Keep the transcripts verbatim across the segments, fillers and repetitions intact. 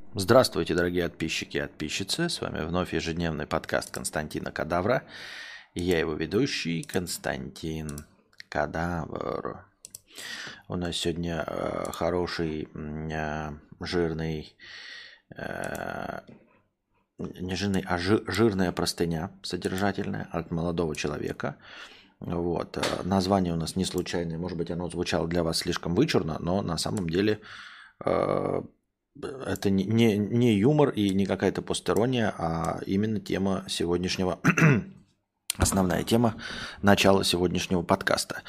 Здравствуйте, дорогие подписчики и подписчицы. С вами вновь ежедневный подкаст Константина Кадавра. И я его ведущий Константин Кадавр. У нас сегодня э, хороший, э, жирный, э, не жирный, а жи, жирная простыня содержательная от молодого человека. Вот. Название у нас не случайное. Может быть, оно звучало для вас слишком вычурно, но на самом деле... Э, Это не, не, не юмор и не какая-то постерония, а именно тема сегодняшнего, основная тема начала сегодняшнего подкаста.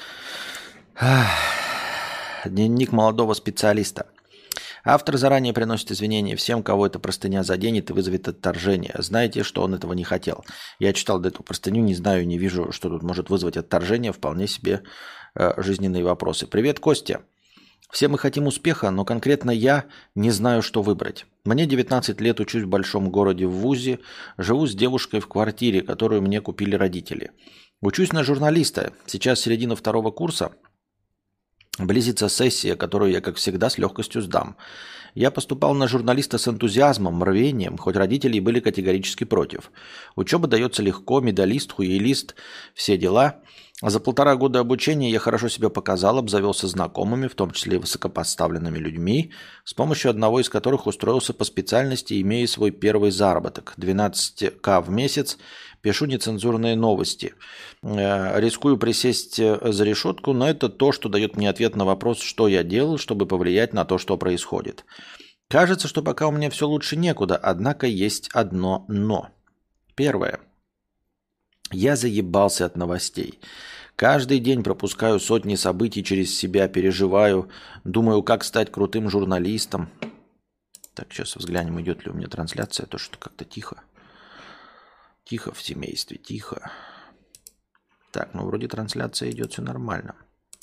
Дневник молодого специалиста. Автор заранее приносит извинения всем, кого эта простыня заденет и вызовет отторжение. Знаете, что он этого не хотел. Я читал эту простыню, не знаю, не вижу, что тут может вызвать отторжение. Вполне себе э, жизненные вопросы. Привет, Костя. Все мы хотим успеха, но конкретно я не знаю, что выбрать. Мне девятнадцать лет, учусь в большом городе в вузе, живу с девушкой в квартире, которую мне купили родители. Учусь на журналиста, сейчас середина второго курса, близится сессия, которую я, как всегда, с легкостью сдам. Я поступал на журналиста с энтузиазмом, рвением, хоть родители и были категорически против. Учеба дается легко, медалист, хуелист, все дела. За полтора года обучения я хорошо себя показал, обзавелся знакомыми, в том числе и высокопоставленными людьми, с помощью одного из которых устроился по специальности, имея свой первый заработок – двенадцать тысяч в месяц, пишу нецензурные новости. Э, рискую присесть за решетку, но это то, что дает мне ответ на вопрос, что я делал, чтобы повлиять на то, что происходит. Кажется, что пока у меня все лучше некуда, однако есть одно «но». Первое. Я заебался от новостей. Каждый день пропускаю сотни событий через себя, переживаю, думаю, как стать крутым журналистом. Так, сейчас взглянем, идет ли у меня трансляция, то что как-то тихо. Тихо в семействе, тихо. Так, ну вроде трансляция идет, все нормально.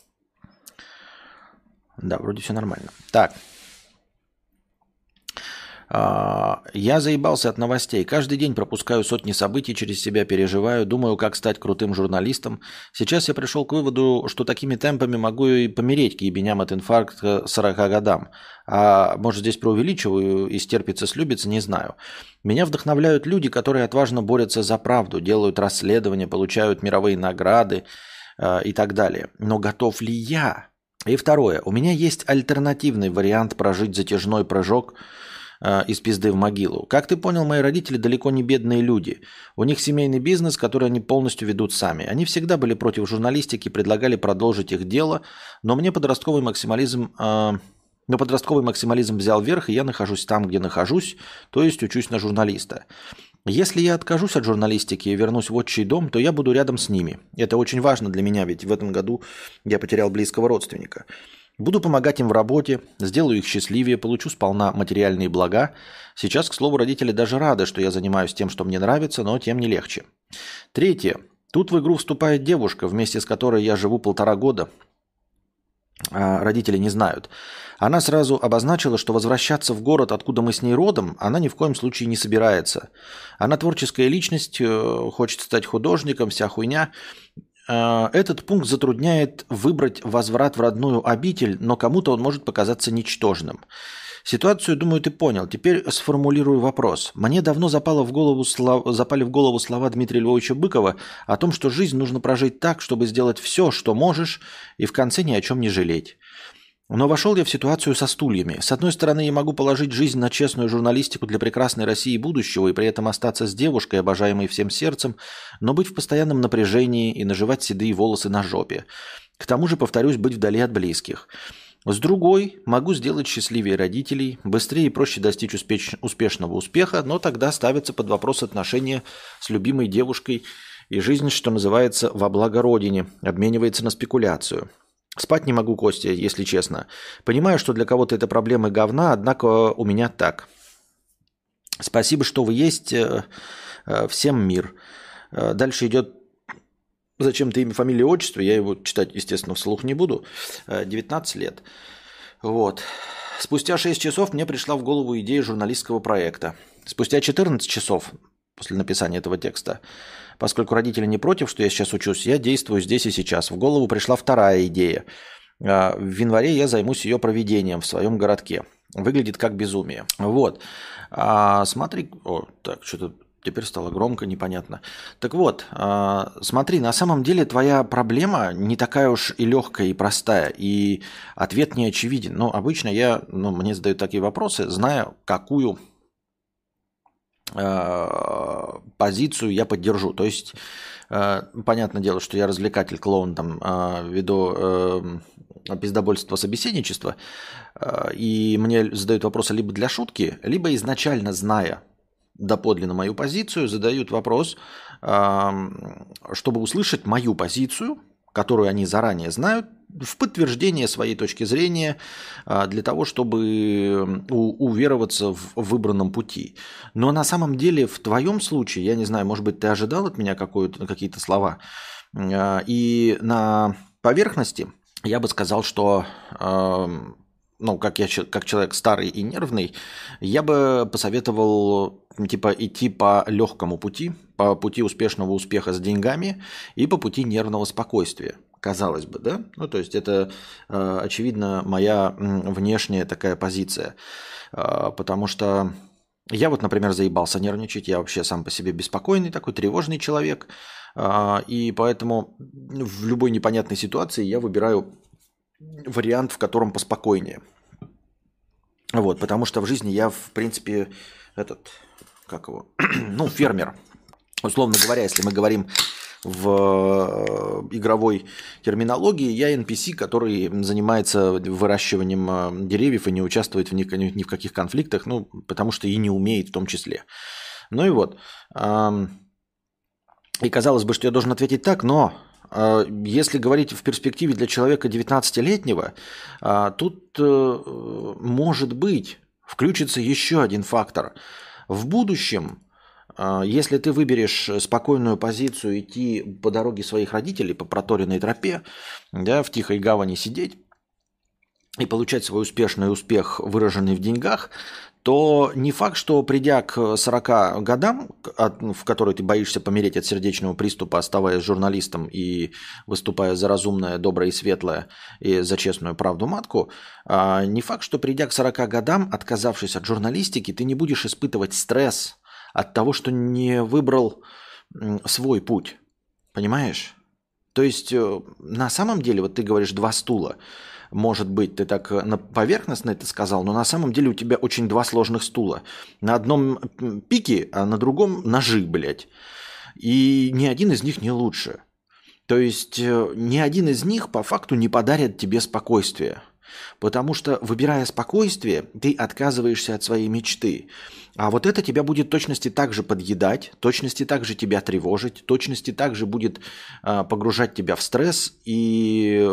Да, вроде все нормально. Так. Я заебался от новостей. Каждый день пропускаю сотни событий через себя, переживаю, думаю, как стать крутым журналистом. Сейчас я пришел к выводу, что такими темпами могу и помереть к ебеням от инфаркта сорока годам. А может, здесь преувеличиваю и стерпится, слюбится, не знаю. Меня вдохновляют люди, которые отважно борются за правду, делают расследования, получают мировые награды э, и так далее. Но готов ли я? И второе. У меня есть альтернативный вариант прожить затяжной прыжок из пизды в могилу. Как ты понял, мои родители далеко не бедные люди. У них семейный бизнес, который они полностью ведут сами. Они всегда были против журналистики, предлагали продолжить их дело, но мне подростковый максимализм, э, но подростковый максимализм взял верх, и я нахожусь там, где нахожусь, то есть учусь на журналиста. Если я откажусь от журналистики и вернусь в отчий дом, то я буду рядом с ними. Это очень важно для меня, ведь в этом году я потерял близкого родственника. Буду помогать им в работе, сделаю их счастливее, получу сполна материальные блага. Сейчас, к слову, родители даже рады, что я занимаюсь тем, что мне нравится, но тем не легче. Третье. Тут в игру вступает девушка, вместе с которой я живу полтора года. А родители не знают. Она сразу обозначила, что возвращаться в город, откуда мы с ней родом, она ни в коем случае не собирается. Она творческая личность, хочет стать художником, вся хуйня. Этот пункт затрудняет выбрать возврат в родную обитель, но кому-то он может показаться ничтожным. Ситуацию, думаю, ты понял. Теперь сформулирую вопрос. Мне давно запало в голову слов... запали в голову слова Дмитрия Львовича Быкова о том, что жизнь нужно прожить так, чтобы сделать все, что можешь, и в конце ни о чем не жалеть. Но вошел я в ситуацию со стульями. С одной стороны, я могу положить жизнь на честную журналистику для прекрасной России будущего и при этом остаться с девушкой, обожаемой всем сердцем, но быть в постоянном напряжении и наживать седые волосы на жопе. К тому же, повторюсь, быть вдали от близких. С другой, могу сделать счастливее родителей, быстрее и проще достичь успеч... успешного успеха, но тогда ставится под вопрос отношения с любимой девушкой, и жизнь, что называется, во благо родине, обменивается на спекуляцию. Спать не могу, Костя, если честно. Понимаю, что для кого-то это проблемы говна, однако у меня так. Спасибо, что вы есть. Всем мир. Дальше идет зачем-то имя, фамилия, отчество. Я его читать, естественно, вслух не буду. девятнадцать лет. Вот. Спустя шесть часов мне пришла в голову идея журналистского проекта. Спустя четырнадцать часов после написания этого текста, поскольку родители не против, что я сейчас учусь, я действую здесь и сейчас. В голову пришла вторая идея. В январе я займусь ее проведением в своем городке. выглядит как безумие. Вот. А, смотри... О, так, что-то теперь стало громко, непонятно. Так вот, а, смотри, на самом деле твоя проблема не такая уж и легкая, и простая, и ответ не очевиден. Но обычно я, ну, мне задают такие вопросы, зная, какую а, позицию я поддержу. То есть, а, понятное дело, что я развлекатель, клоун, там, а, веду а, пиздобольство, собеседничество, а, и мне задают вопросы либо для шутки, либо изначально зная доподлинно мою позицию, задают вопрос, чтобы услышать мою позицию, которую они заранее знают, в подтверждение своей точки зрения, для того, чтобы увероваться в выбранном пути. Но на самом деле в твоем случае, я не знаю, может быть, ты ожидал от меня какие-то слова, и на поверхности я бы сказал, что... ну, как я как человек старый и нервный, я бы посоветовал типа идти по легкому пути, по пути успешного успеха с деньгами и по пути нервного спокойствия. Казалось бы, да? Ну, то есть это, очевидно, моя внешняя такая позиция. Потому что я вот, например, заебался нервничать, я вообще сам по себе беспокойный такой, тревожный человек. И поэтому в любой непонятной ситуации я выбираю вариант, в котором поспокойнее. Вот, потому что в жизни я, в принципе, этот, как его, ну, фермер. Условно говоря, если мы говорим в игровой терминологии, я эн пи си, который занимается выращиванием деревьев и не участвует в ни, ни в каких конфликтах, ну, потому что и не умеет в том числе. Ну и вот. И казалось бы, что я должен ответить так, но... Если говорить в перспективе для человека девятнадцатилетнего, тут, может быть, включится еще один фактор. В будущем, если ты выберешь спокойную позицию идти по дороге своих родителей, по проторенной тропе, да, в тихой гавани сидеть и получать свой успешный успех, выраженный в деньгах, то не факт, что придя к сорока годам, в которые ты боишься помереть от сердечного приступа, оставаясь журналистом и выступая за разумное, доброе и светлое, и за честную правду матку, не факт, что придя к сорока годам, отказавшись от журналистики, ты не будешь испытывать стресс от того, что не выбрал свой путь. Понимаешь? То есть на самом деле, вот ты говоришь два стула. Может быть, ты так поверхностно это сказал, но на самом деле у тебя очень два сложных стула. На одном пике, а на другом ножи, блядь. И ни один из них не лучше. То есть ни один из них по факту не подарит тебе спокойствие. Потому что, выбирая спокойствие, ты отказываешься от своей мечты. А вот это тебя будет точности так же подъедать, точности так же тебя тревожить, точности так же будет а, погружать тебя в стресс и...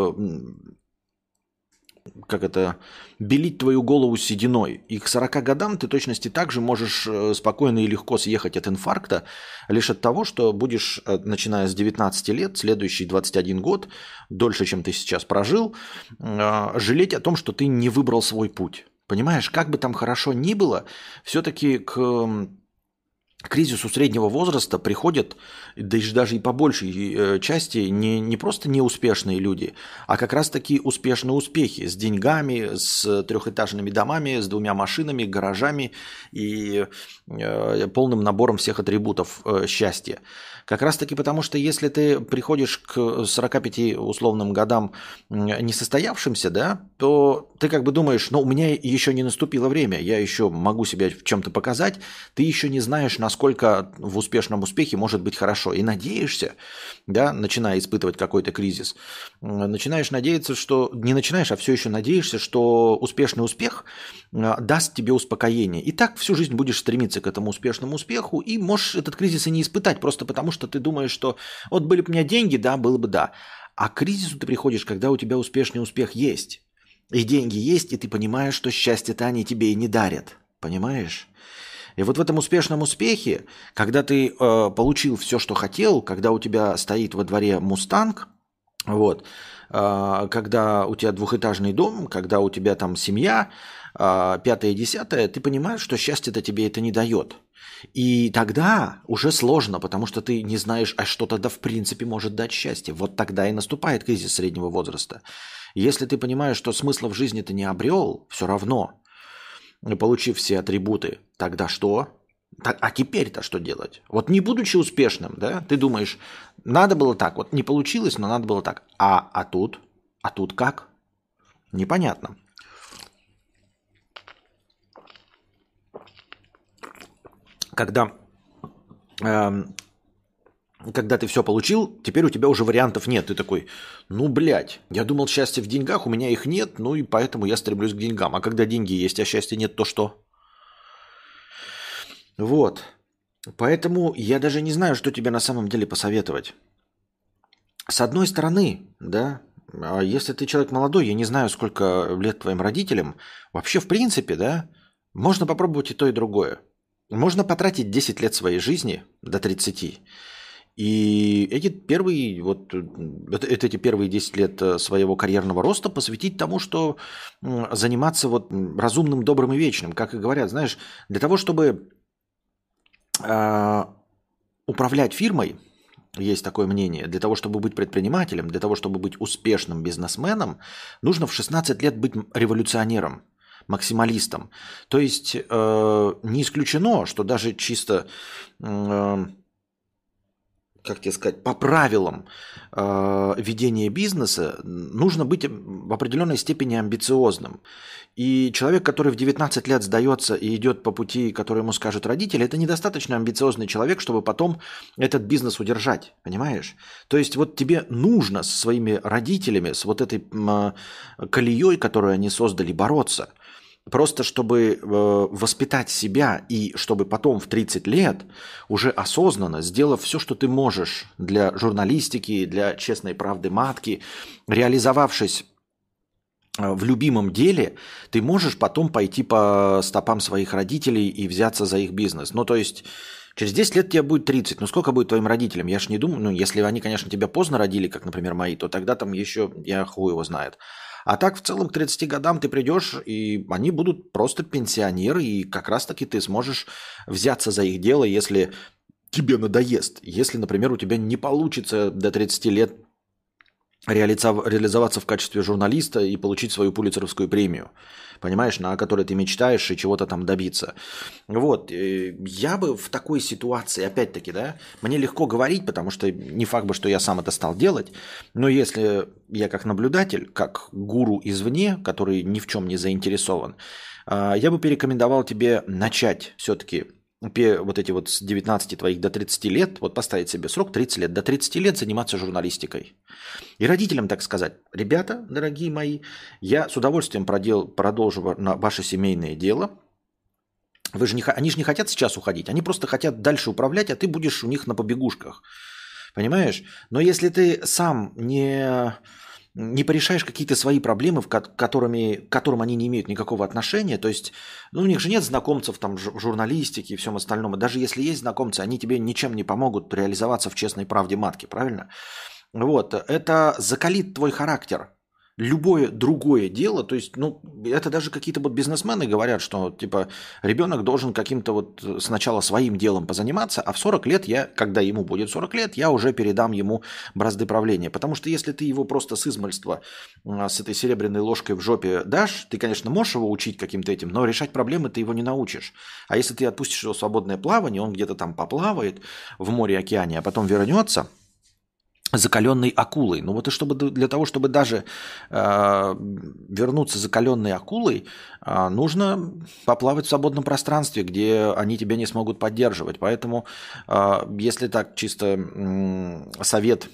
как это, белить твою голову сединой. И к сорока годам ты точности также можешь спокойно и легко съехать от инфаркта, лишь от того, что будешь, начиная с девятнадцати лет, следующий двадцать один год, дольше, чем ты сейчас прожил, жалеть о том, что ты не выбрал свой путь. Понимаешь, как бы там хорошо ни было, все-таки к... к кризису среднего возраста приходят, да и даже и по большей части, не, не просто неуспешные люди, а как раз такие успешные успехи с деньгами, с трехэтажными домами, с двумя машинами, гаражами и э, полным набором всех атрибутов э, счастья. Как раз таки потому, что если ты приходишь к сорока пяти условным годам несостоявшимся, да, то ты как бы думаешь, ну, у меня еще не наступило время, я еще могу себя в чем-то показать, ты еще не знаешь, насколько в успешном успехе может быть хорошо. И надеешься, да, начиная испытывать какой-то кризис, начинаешь надеяться, что... Не начинаешь, а все еще надеешься, что успешный успех даст тебе успокоение. И так всю жизнь будешь стремиться к этому успешному успеху, и можешь этот кризис и не испытать, просто потому что ты думаешь, что вот были бы у меня деньги, да, было бы да. А к кризису ты приходишь, когда у тебя успешный успех есть. И деньги есть, и ты понимаешь, что счастье-то они тебе и не дарят. Понимаешь? И вот в этом успешном успехе, когда ты э, получил все, что хотел, когда у тебя стоит во дворе мустанг, вот, э, когда у тебя двухэтажный дом, когда у тебя там семья, э, пятое, десятое, ты понимаешь, что счастье-то тебе это не дает. И тогда уже сложно, потому что ты не знаешь, а что тогда в принципе может дать счастье. Вот тогда и наступает кризис среднего возраста. Если ты понимаешь, что смысла в жизни ты не обрел, все равно, получив все атрибуты, тогда что? Так, а теперь-то что делать? Вот не будучи успешным, да, ты думаешь, надо было так, вот не получилось, но надо было так. А, а тут? А тут как? Непонятно. Когда, эм, когда ты все получил, теперь у тебя уже вариантов нет. Ты такой, ну, блядь, я думал, счастье в деньгах, у меня их нет, ну и поэтому я стремлюсь к деньгам. А когда деньги есть, а счастья нет, то что? Вот. Поэтому я даже не знаю, что тебе на самом деле посоветовать. С одной стороны, да, а если ты человек молодой, я не знаю, сколько лет твоим родителям, вообще, в принципе, да, можно попробовать и то, и другое. Можно потратить десять лет своей жизни до тридцати. И эти первые, вот, э, вот эти первые десять лет э, своего карьерного роста посвятить тому, что м, заниматься вот м, разумным, добрым и вечным. Как и говорят, знаешь, для того, чтобы а, управлять фирмой, есть такое мнение, для того, чтобы быть предпринимателем, для того, чтобы быть успешным бизнесменом, нужно в шестнадцать лет быть революционером, максималистом. То есть э, не исключено, что даже чисто, э, как тебе сказать, по правилам э, ведения бизнеса нужно быть в определенной степени амбициозным. И человек, который в девятнадцать лет сдается и идет по пути, который ему скажут родители, это недостаточно амбициозный человек, чтобы потом этот бизнес удержать, понимаешь? То есть вот тебе нужно со своими родителями, с вот этой м, колеей, которую они создали, бороться. Просто чтобы э, воспитать себя и чтобы потом в тридцать лет уже осознанно, сделав все, что ты можешь для журналистики, для честной правды матки, реализовавшись в любимом деле, ты можешь потом пойти по стопам своих родителей и взяться за их бизнес. Ну, то есть, через десять лет тебе будет тридцать. Ну, сколько будет твоим родителям? Я ж не думаю, ну, если они, конечно, тебя поздно родили, как, например, мои, то тогда там еще, я хуй его знает. А так, в целом, к тридцати годам ты придешь, и они будут просто пенсионеры, и как раз-таки ты сможешь взяться за их дело, если тебе надоест. Если, например, у тебя не получится до тридцати лет реализоваться в качестве журналиста и получить свою пулитцеровскую премию, понимаешь, на которой ты мечтаешь и чего-то там добиться. Вот, я бы в такой ситуации, опять-таки, да, мне легко говорить, потому что не факт бы, что я сам это стал делать, но если я как наблюдатель, как гуру извне, который ни в чем не заинтересован, я бы порекомендовал тебе начать все-таки вот эти вот с девятнадцати твоих до тридцати лет, вот поставить себе срок тридцать лет, до тридцати лет заниматься журналистикой. И родителям так сказать: ребята, дорогие мои, я с удовольствием продел, продолжу ваше семейное дело. Вы же не, они же не хотят сейчас уходить, они просто хотят дальше управлять, а ты будешь у них на побегушках. Понимаешь? Но если ты сам не... не порешаешь какие-то свои проблемы, к которыми, к которым они не имеют никакого отношения. То есть, ну, у них же нет знакомцев там в журналистике и всем остальном. И даже если есть знакомцы, они тебе ничем не помогут реализоваться в честной правде матки, правильно? Вот, это закалит твой характер. Любое другое дело, то есть, ну, это даже какие-то вот бизнесмены говорят, что, типа, ребенок должен каким-то вот сначала своим делом позаниматься, а в сорок лет я, когда ему будет сорок лет, я уже передам ему бразды правления. Потому что если ты его просто с измальства, с этой серебряной ложкой в жопе дашь, ты, конечно, можешь его учить каким-то этим, но решать проблемы ты его не научишь. А если ты отпустишь его в свободное плавание, он где-то там поплавает в море, океане, а потом вернется закаленной акулой. Ну вот и чтобы для того, чтобы даже э, вернуться закаленной акулой, э, нужно поплавать в свободном пространстве, где они тебя не смогут поддерживать. Поэтому, э, если так чисто э, совет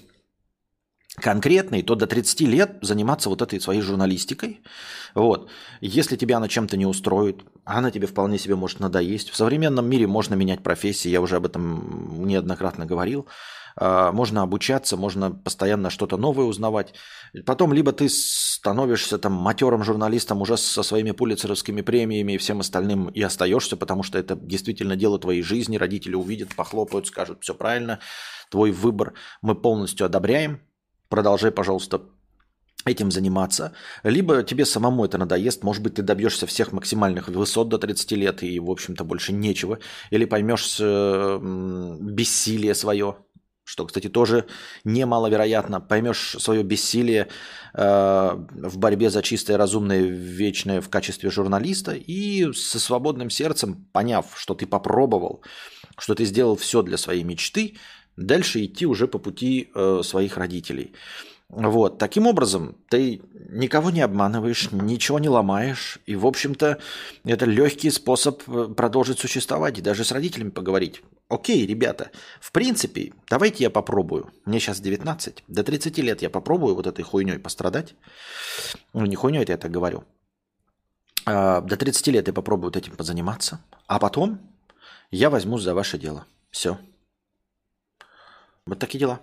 конкретный, то до тридцати лет заниматься вот этой своей журналистикой. Вот. Если тебя она чем-то не устроит, она тебе вполне себе может надоесть. В современном мире можно менять профессии, я уже об этом неоднократно говорил. Можно обучаться, можно постоянно что-то новое узнавать. Потом либо ты становишься там матерым журналистом уже со своими пулитцеровскими премиями и всем остальным и остаешься, потому что это действительно дело твоей жизни. Родители увидят, похлопают, скажут: все правильно, твой выбор мы полностью одобряем. Продолжай, пожалуйста, этим заниматься. Либо тебе самому это надоест, может быть, ты добьешься всех максимальных высот до тридцати лет и, в общем-то, больше нечего. Или поймешь бессилие свое. что, кстати, тоже немаловероятно. Поймешь свое бессилие э, в борьбе за чистое, разумное, вечное в качестве журналиста и со свободным сердцем, поняв, что ты попробовал, что ты сделал все для своей мечты, дальше идти уже по пути э, своих родителей. Вот. Таким образом, ты никого не обманываешь, ничего не ломаешь. И, в общем-то, это легкий способ продолжить существовать и даже с родителями поговорить. Окей, ребята, в принципе, давайте я попробую. Мне сейчас девятнадцать. До тридцати лет я попробую вот этой хуйней пострадать. Ну, не хуйней это я так говорю. А, до тридцати лет я попробую вот этим позаниматься. А потом я возьмусь за ваше дело. Все. Вот такие дела.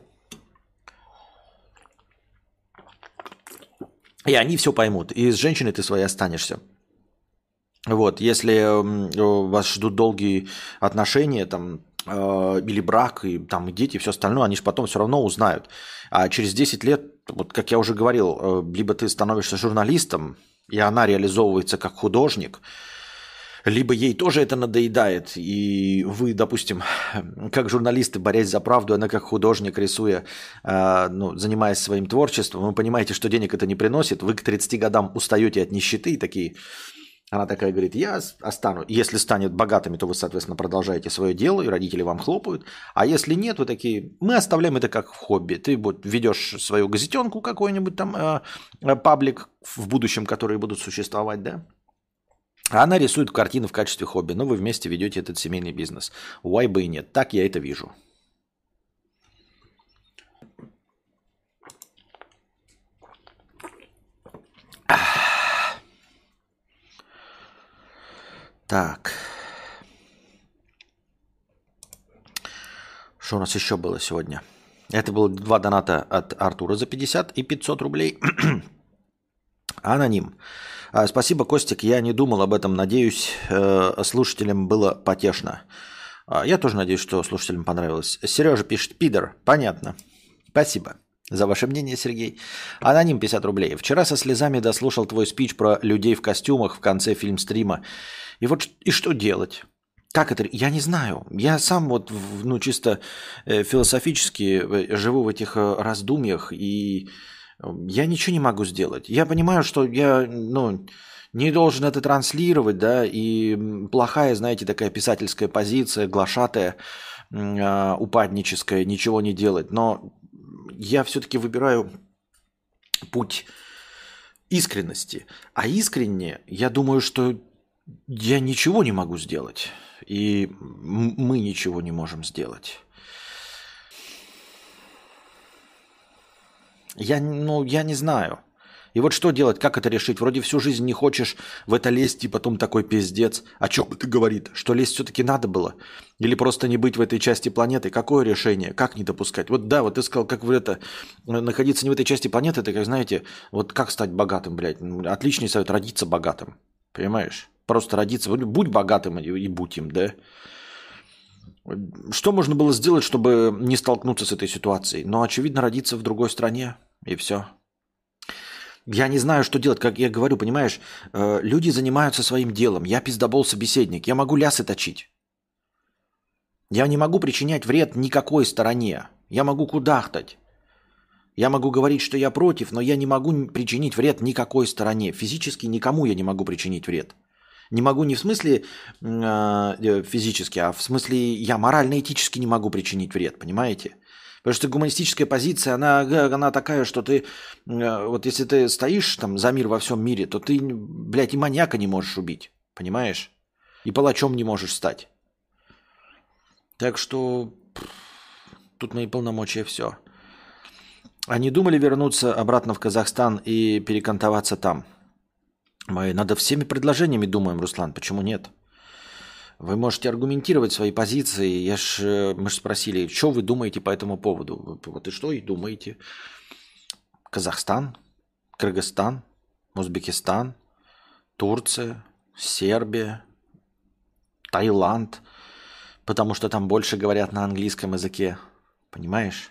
И они все поймут. И с женщиной ты своей останешься. Вот, если э, вас ждут долгие отношения, там, э, или брак, и там и дети, и все остальное, они же потом все равно узнают. А через десять лет, вот как я уже говорил, э, либо ты становишься журналистом, и она реализовывается как художник, либо ей тоже это надоедает, и вы, допустим, как журналисты, борясь за правду, она как художник, рисуя, э, ну, занимаясь своим творчеством, вы понимаете, что денег это не приносит, вы к тридцати годам устаете от нищеты и такие... Она такая говорит, я остану. Если станет богатыми, то вы, соответственно, продолжаете свое дело, и родители вам хлопают. А если нет, вы такие, мы оставляем это как хобби. Ты вот ведешь свою газетенку, какой-нибудь там э, э, паблик в будущем, которые будут существовать, да? А она рисует картины в качестве хобби. Но вы вместе ведете этот семейный бизнес. Why бы и нет. Так я это вижу. Так. Что у нас еще было сегодня? Это было два доната от Артура за пятьдесят и пятьсот рублей. Аноним. А, спасибо, Костик. Я не думал об этом. Надеюсь, э, слушателям было потешно. А, я тоже надеюсь, что слушателям понравилось. Сережа пишет, пидор. Понятно. Спасибо за ваше мнение, Сергей. Аноним пятьдесят рублей. Вчера со слезами дослушал твой спич про людей в костюмах в конце фильм-стрима. И вот и что делать? Как это? Я не знаю. Я сам вот, ну, чисто э, философически э, живу в этих э, раздумьях, и э, я ничего не могу сделать. Я понимаю, что я, ну, не должен это транслировать, да, и м, плохая, знаете, такая писательская позиция, глашатая, м, а, упадническая, ничего не делать. Но я все-таки выбираю путь искренности. А искренне, я думаю, что я ничего не могу сделать. И м- мы ничего не можем сделать. Я, ну, я не знаю. И вот что делать, как это решить? Вроде всю жизнь не хочешь в это лезть, и потом такой пиздец. О чем это говорит? Что лезть все-таки надо было? Или просто не быть в этой части планеты? Какое решение? Как не допускать? Вот да, вот ты сказал, как в это, находиться не в этой части планеты, это как, знаете, вот как стать богатым, блядь? Отличный совет, родиться богатым. Понимаешь? Просто родиться, будь богатым и будь им, да? Что можно было сделать, чтобы не столкнуться с этой ситуацией? Ну, очевидно, родиться в другой стране, и все. Я не знаю, что делать, как я говорю, понимаешь, э, люди занимаются своим делом, я пиздобол-собеседник, я могу лясы точить. Я не могу причинять вред никакой стороне, я могу кудахтать. Я могу говорить, что я против, но я не могу причинить вред никакой стороне. Физически никому я не могу причинить вред. Не могу не в смысле э, физически, а в смысле я морально-этически не могу причинить вред, понимаете? Потому что гуманистическая позиция, она, она такая, что ты, э, вот если ты стоишь там за мир во всем мире, то ты, блядь, и маньяка не можешь убить, понимаешь? И палачом не можешь стать. Так что пфф, тут мои полномочия все. А не думали вернуться обратно в Казахстан и перекантоваться там? Мы надо всеми предложениями думаем, Руслан, почему нет? Вы можете аргументировать свои позиции. Я ж, мы же спросили, что вы думаете по этому поводу? Вот и что и думаете. Казахстан, Кыргызстан, Узбекистан, Турция, Сербия, Таиланд. Потому что там больше говорят на английском языке. Понимаешь?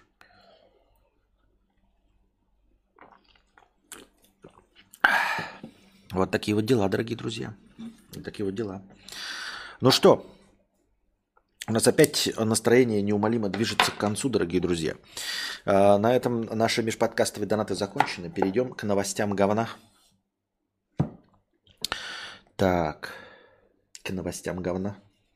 Вот такие вот дела, дорогие друзья. Вот такие вот дела. Ну что, У нас опять настроение неумолимо движется к концу, дорогие друзья. А, на этом наши межподкастовые донаты закончены. Перейдем к новостям говна. Так, к новостям говна.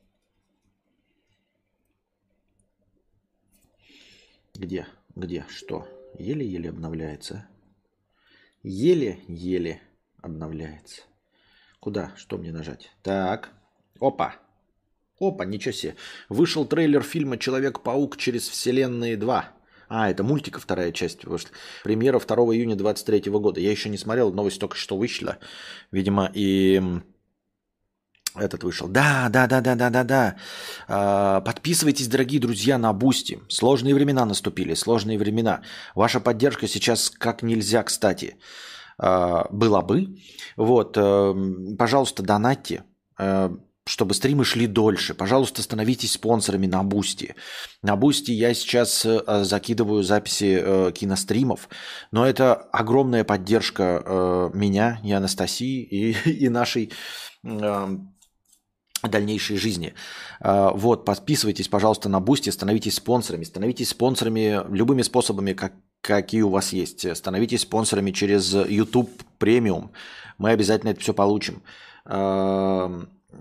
Где? Где? Что? Еле-еле обновляется. Еле-еле обновляется. Куда? Что мне нажать? Так. Опа. Опа, ничего себе. Вышел трейлер фильма «Человек-паук через вселенные два». А, это мультика вторая часть вышла. Премьера второго июня двадцать третьего года. Я еще не смотрел, новость только что вышла. Видимо, и этот вышел. Да, да, да, да, да, да, да. А, подписывайтесь, дорогие друзья, на Бусти. Сложные времена наступили, сложные времена. Ваша поддержка сейчас как нельзя, кстати, а, была бы. Вот, а, пожалуйста, донатьте. А, чтобы стримы шли дольше. Пожалуйста, становитесь спонсорами на Бусти. На Бусти я сейчас э, закидываю записи э, киностримов, но это огромная поддержка э, меня и Анастасии и, и нашей э, дальнейшей жизни. Э, вот, подписывайтесь, пожалуйста, на Бусти, становитесь спонсорами. Становитесь спонсорами любыми способами, как, какие у вас есть. Становитесь спонсорами через YouTube премиум. Мы обязательно это все получим. Э,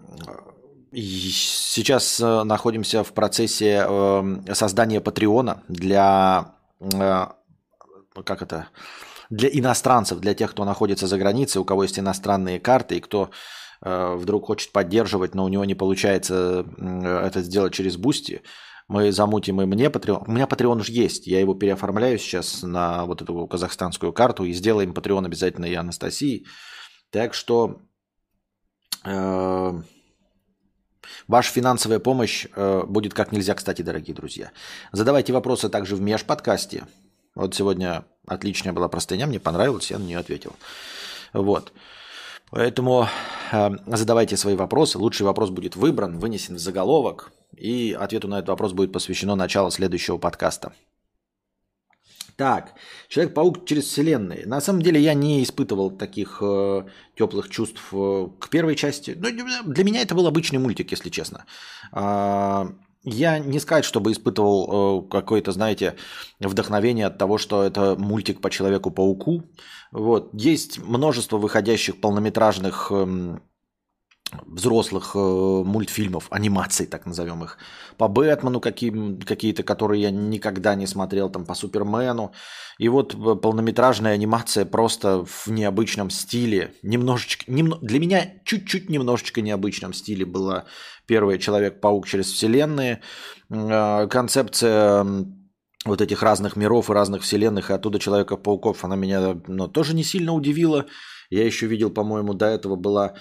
Сейчас находимся в процессе создания Патреона для, как это, для иностранцев, для тех, кто находится за границей, у кого есть иностранные карты и кто вдруг хочет поддерживать, но у него не получается это сделать через Бусти. Мы замутим и мне Patreon. У меня Patreon уже есть. Я его переоформляю сейчас на вот эту казахстанскую карту и сделаем Patreon обязательно и Анастасии. Так что ваша финансовая помощь будет как нельзя, кстати, дорогие друзья. Задавайте вопросы также в межподкасте. Вот сегодня отличная была простыня, мне понравилась, я на нее ответил. Вот. Поэтому задавайте свои вопросы. Лучший вопрос будет выбран, вынесен в заголовок, и ответу на этот вопрос будет посвящено началу следующего подкаста. Так, Человек-паук через вселенные. На самом деле я не испытывал таких э, теплых чувств э, к первой части. Ну, для меня это был обычный мультик, если честно. А, я не сказать, чтобы испытывал э, какое-то, знаете, вдохновение от того, что это мультик по Человеку-пауку. Вот. Есть множество выходящих полнометражных э, взрослых э, мультфильмов, анимаций, так назовем их. По Бэтмену каким, какие-то, которые я никогда не смотрел, там по Супермену. И вот полнометражная анимация просто в необычном стиле. Немножечко, немно, для меня чуть-чуть немножечко необычном стиле была первая «Человек-паук через вселенные». Э, концепция вот этих разных миров и разных вселенных, и оттуда Человека-пауков, она меня ну, тоже не сильно удивила. Я еще видел, по-моему, до этого была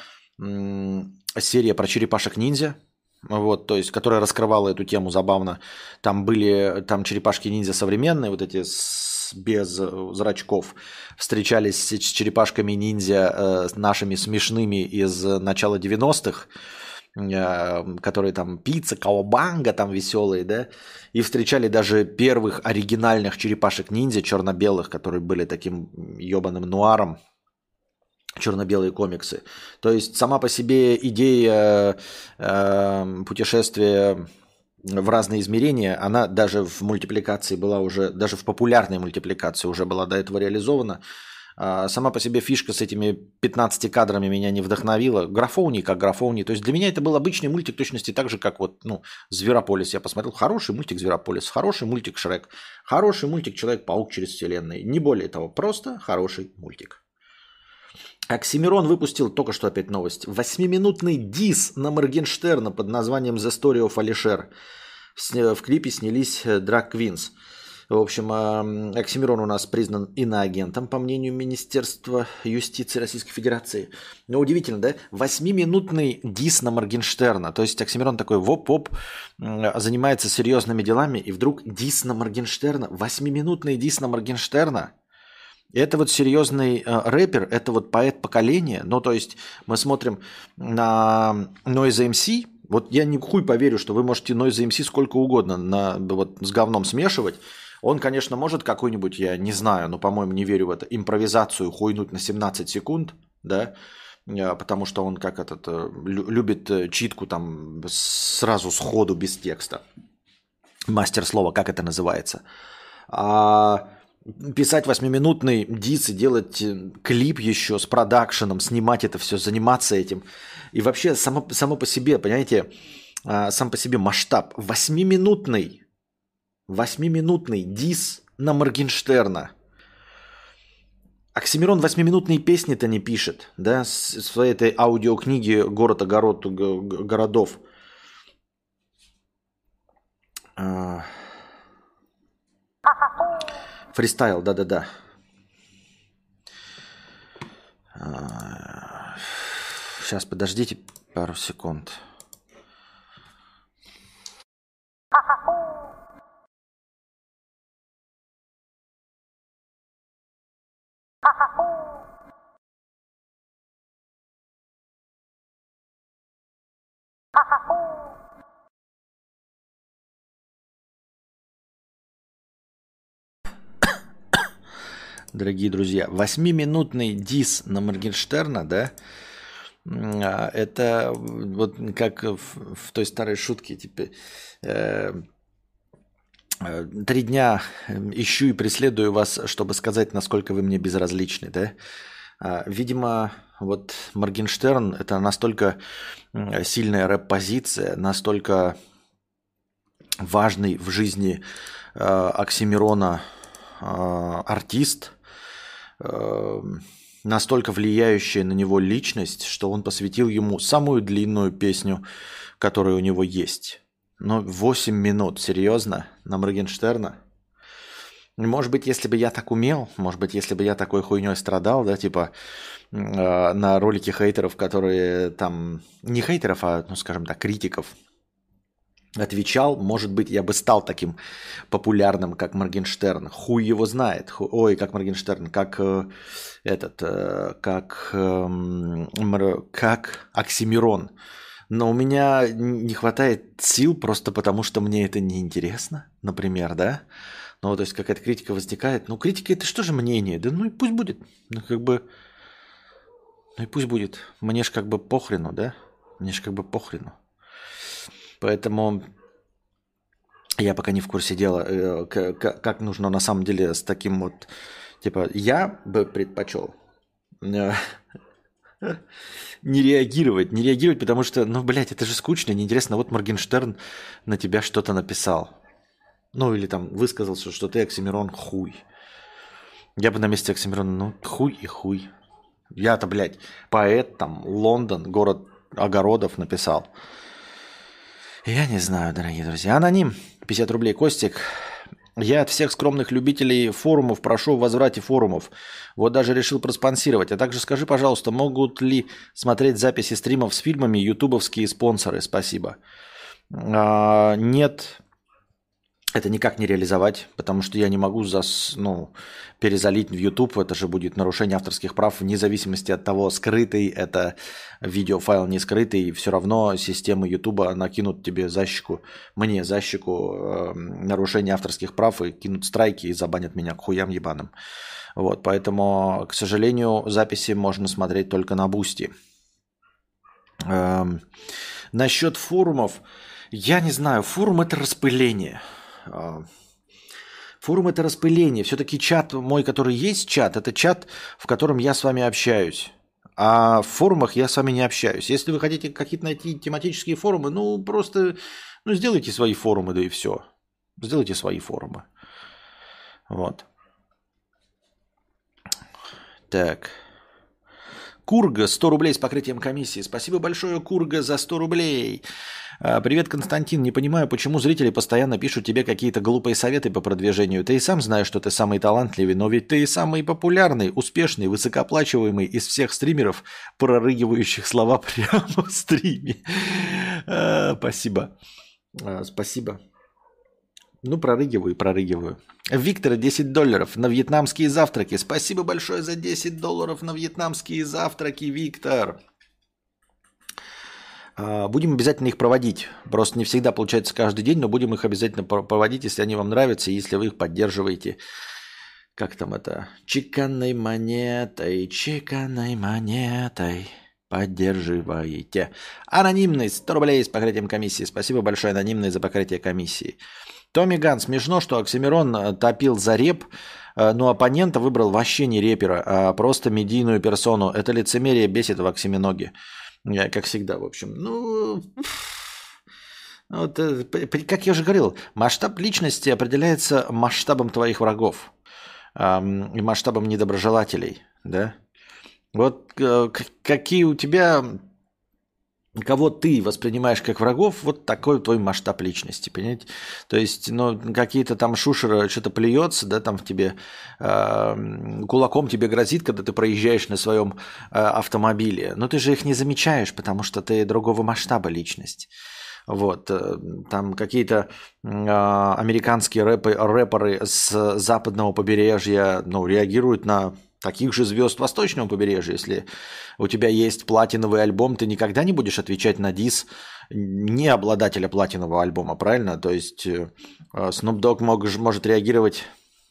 серия про черепашек-ниндзя, вот, то есть, которая раскрывала эту тему забавно. Там были там черепашки-ниндзя современные, вот эти с, без зрачков, встречались с черепашками-ниндзя э, нашими смешными из начала девяностых, э, которые там пицца, каобанга там веселые, да, и встречали даже первых оригинальных черепашек-ниндзя черно-белых, которые были таким ебаным нуаром. Черно-белые комиксы. То есть сама по себе идея э, путешествия в разные измерения, она даже в мультипликации была уже, даже в популярной мультипликации уже была до этого реализована. А сама по себе фишка с этими пятнадцатью кадрами меня не вдохновила. Графоний как графоний. То есть для меня это был обычный мультик, в точности так же, как вот, ну, Зверополис. Я посмотрел, хороший мультик Зверополис, хороший мультик Шрек, хороший мультик Человек-паук через вселенные. Не более того, просто хороший мультик. Оксимирон выпустил, только что опять новость, восьмиминутный дис на Моргенштерна под названием The Story of Alisher. В клипе снялись Drag Queens. В общем, Оксимирон у нас признан иноагентом, по мнению Министерства юстиции Российской Федерации. Но удивительно, да? Восьмиминутный дис на Моргенштерна. То есть Оксимирон такой воп-воп, занимается серьезными делами, и вдруг дис на Моргенштерна. Восьмиминутный дис на Моргенштерна. Это вот серьезный э, рэпер, это вот поэт поколения. Ну, то есть мы смотрим на Noise эм си. Вот я ни хуй поверю, что вы можете Noise эм си сколько угодно на, вот, с говном смешивать. Он, конечно, может какую-нибудь, я не знаю, но, по-моему, не верю в это, импровизацию хуйнуть на семнадцать секунд, да, э, потому что он как этот э, лю- любит э, читку там сразу сходу без текста. Мастер слова, как это называется. А писать восьмиминутный дис и делать э, клип еще с продакшеном, снимать это все, заниматься этим. И вообще само, само по себе, понимаете, а, сам по себе масштаб. Восьмиминутный, восьмиминутный дис на Моргенштерна. Оксимирон восьмиминутные песни-то не пишет, да, с в своей этой аудиокниге «Город-огород г- г- городов». А, Фристайл, да-да-да. А, Сейчас, подождите пару секунд. Дорогие друзья, восьмиминутный дис на Моргенштерна, да, м, а, это вот как в, в той старой шутке, типа, э, э, три дня э, ищу и преследую вас, чтобы сказать, насколько вы мне безразличны, да. А, Видимо, вот Моргенштерн – это настолько м, сильная рэп-позиция, настолько важный в жизни э, Оксимирона э, артист, э, настолько влияющая на него личность, что он посвятил ему самую длинную песню, которая у него есть. Но восемь минут, серьезно, на Моргенштерна? Может быть, если бы я так умел, может быть, если бы я такой хуйней страдал, да, типа э, на ролики хейтеров, которые там, не хейтеров, а, ну, скажем так, критиков, отвечал, может быть, я бы стал таким популярным, как Моргенштерн. Хуй его знает. Ху- Ой, как Моргенштерн, как э, этот, э, как, эм, Мр- как Оксимирон. Но у меня не хватает сил просто потому, что мне это неинтересно, например, да? Ну, то есть какая-то критика возникает. Ну, критика это что же мнение? Да ну и пусть будет. Ну, как бы, ну и пусть будет. Мне ж как бы похрену, да? Мне ж как бы похрену. Поэтому я пока не в курсе дела, э, к- к- как нужно на самом деле с таким вот... Типа, я бы предпочел э, не реагировать, не реагировать, потому что, ну, блядь, это же скучно, неинтересно. Вот Моргенштерн на тебя что-то написал. Ну, или там высказался, что ты, Оксимирон, хуй. Я бы на месте Оксимирона, ну, хуй и хуй. Я-то, блядь, поэт, там, Лондон, город огородов написал. Я не знаю, дорогие друзья. Аноним, пятьдесят рублей. Костик, я от всех скромных любителей форумов прошу о возврате форумов. Вот даже решил проспонсировать. А также скажи, пожалуйста, могут ли смотреть записи стримов с фильмами ютубовские спонсоры? Спасибо. А, нет, это никак не реализовать, потому что я не могу зас, ну, перезалить в YouTube. Это же будет нарушение авторских прав вне зависимости от того, скрытый это видеофайл, не скрытый. Все равно системы YouTube накинут тебе защику, мне защику э, нарушения авторских прав и кинут страйки и забанят меня к хуям ебаным. Вот, поэтому, к сожалению, записи можно смотреть только на Бусти. Эм, насчет форумов, я не знаю, форум это распыление. А, Форум это распыление. Все-таки чат мой, который есть чат, это чат, в котором я с вами общаюсь. А в форумах я с вами не общаюсь. Если вы хотите какие-то найти тематические форумы, ну просто ну, сделайте свои форумы, да и все. Сделайте свои форумы. Вот. Так. Курга, сто рублей с покрытием комиссии. Спасибо большое, Курга, за сто рублей. А, Привет, Константин. Не понимаю, почему зрители постоянно пишут тебе какие-то глупые советы по продвижению. Ты и сам знаешь, что ты самый талантливый, но ведь ты и самый популярный, успешный, высокооплачиваемый из всех стримеров, прорыгивающих слова прямо в стриме. А, Спасибо. А, Спасибо. Ну, прорыгиваю и прорыгиваю. Виктор, десять долларов на вьетнамские завтраки. Спасибо большое за десять долларов на вьетнамские завтраки, Виктор. А, Будем обязательно их проводить. Просто не всегда получается каждый день, но будем их обязательно про- проводить, если они вам нравятся, и если вы их поддерживаете. Как там это? Чеканной монетой, чеканной монетой. поддерживаете. Анонимный, сто рублей с покрытием комиссии. Спасибо большое, анонимный, за покрытие комиссии. Томми Ган, смешно, что Оксимирон топил за реп, но оппонента выбрал вообще не репера, а просто медийную персону. Это лицемерие бесит в Оксиминоге. Как всегда, в общем. Ну, вот, как я уже говорил, масштаб личности определяется масштабом твоих врагов и масштабом недоброжелателей, да? Вот какие у тебя, кого ты воспринимаешь как врагов, вот такой твой масштаб личности, понимаете? То есть, ну, какие-то там шушеры что-то плюется, да, там в тебе, э, кулаком тебе грозит, когда ты проезжаешь на своем э, автомобиле. Но ты же их не замечаешь, потому что ты другого масштаба личность. Вот, э, там какие-то э, американские рэпы, рэперы с западного побережья, ну, реагируют на таких же звезд восточного побережья. Если у тебя есть платиновый альбом, ты никогда не будешь отвечать на дис не обладателя платинового альбома, правильно? То есть Snoop Dogg мог, может реагировать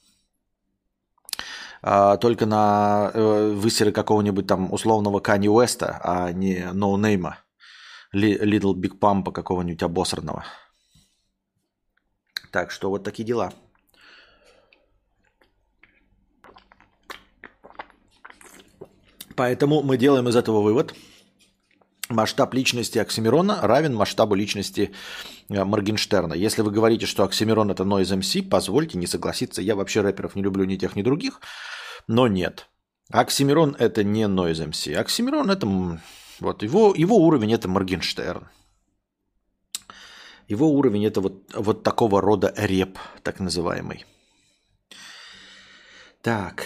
а, только на э, высеры какого-нибудь там условного Канье Уэста, а не ноунейма, Little Big Pump какого-нибудь обосранного. Так что вот такие дела. Поэтому мы делаем из этого вывод. Масштаб личности Оксимирона равен масштабу личности Моргенштерна. Если вы говорите, что Оксимирон это Noise эм си, позвольте не согласиться. Я вообще рэперов не люблю ни тех, ни других. Но нет. Оксимирон это не Noise эм си. Оксимирон это... Вот, его, его уровень это Моргенштерн. Его уровень это вот, вот такого рода реп, так называемый. Так...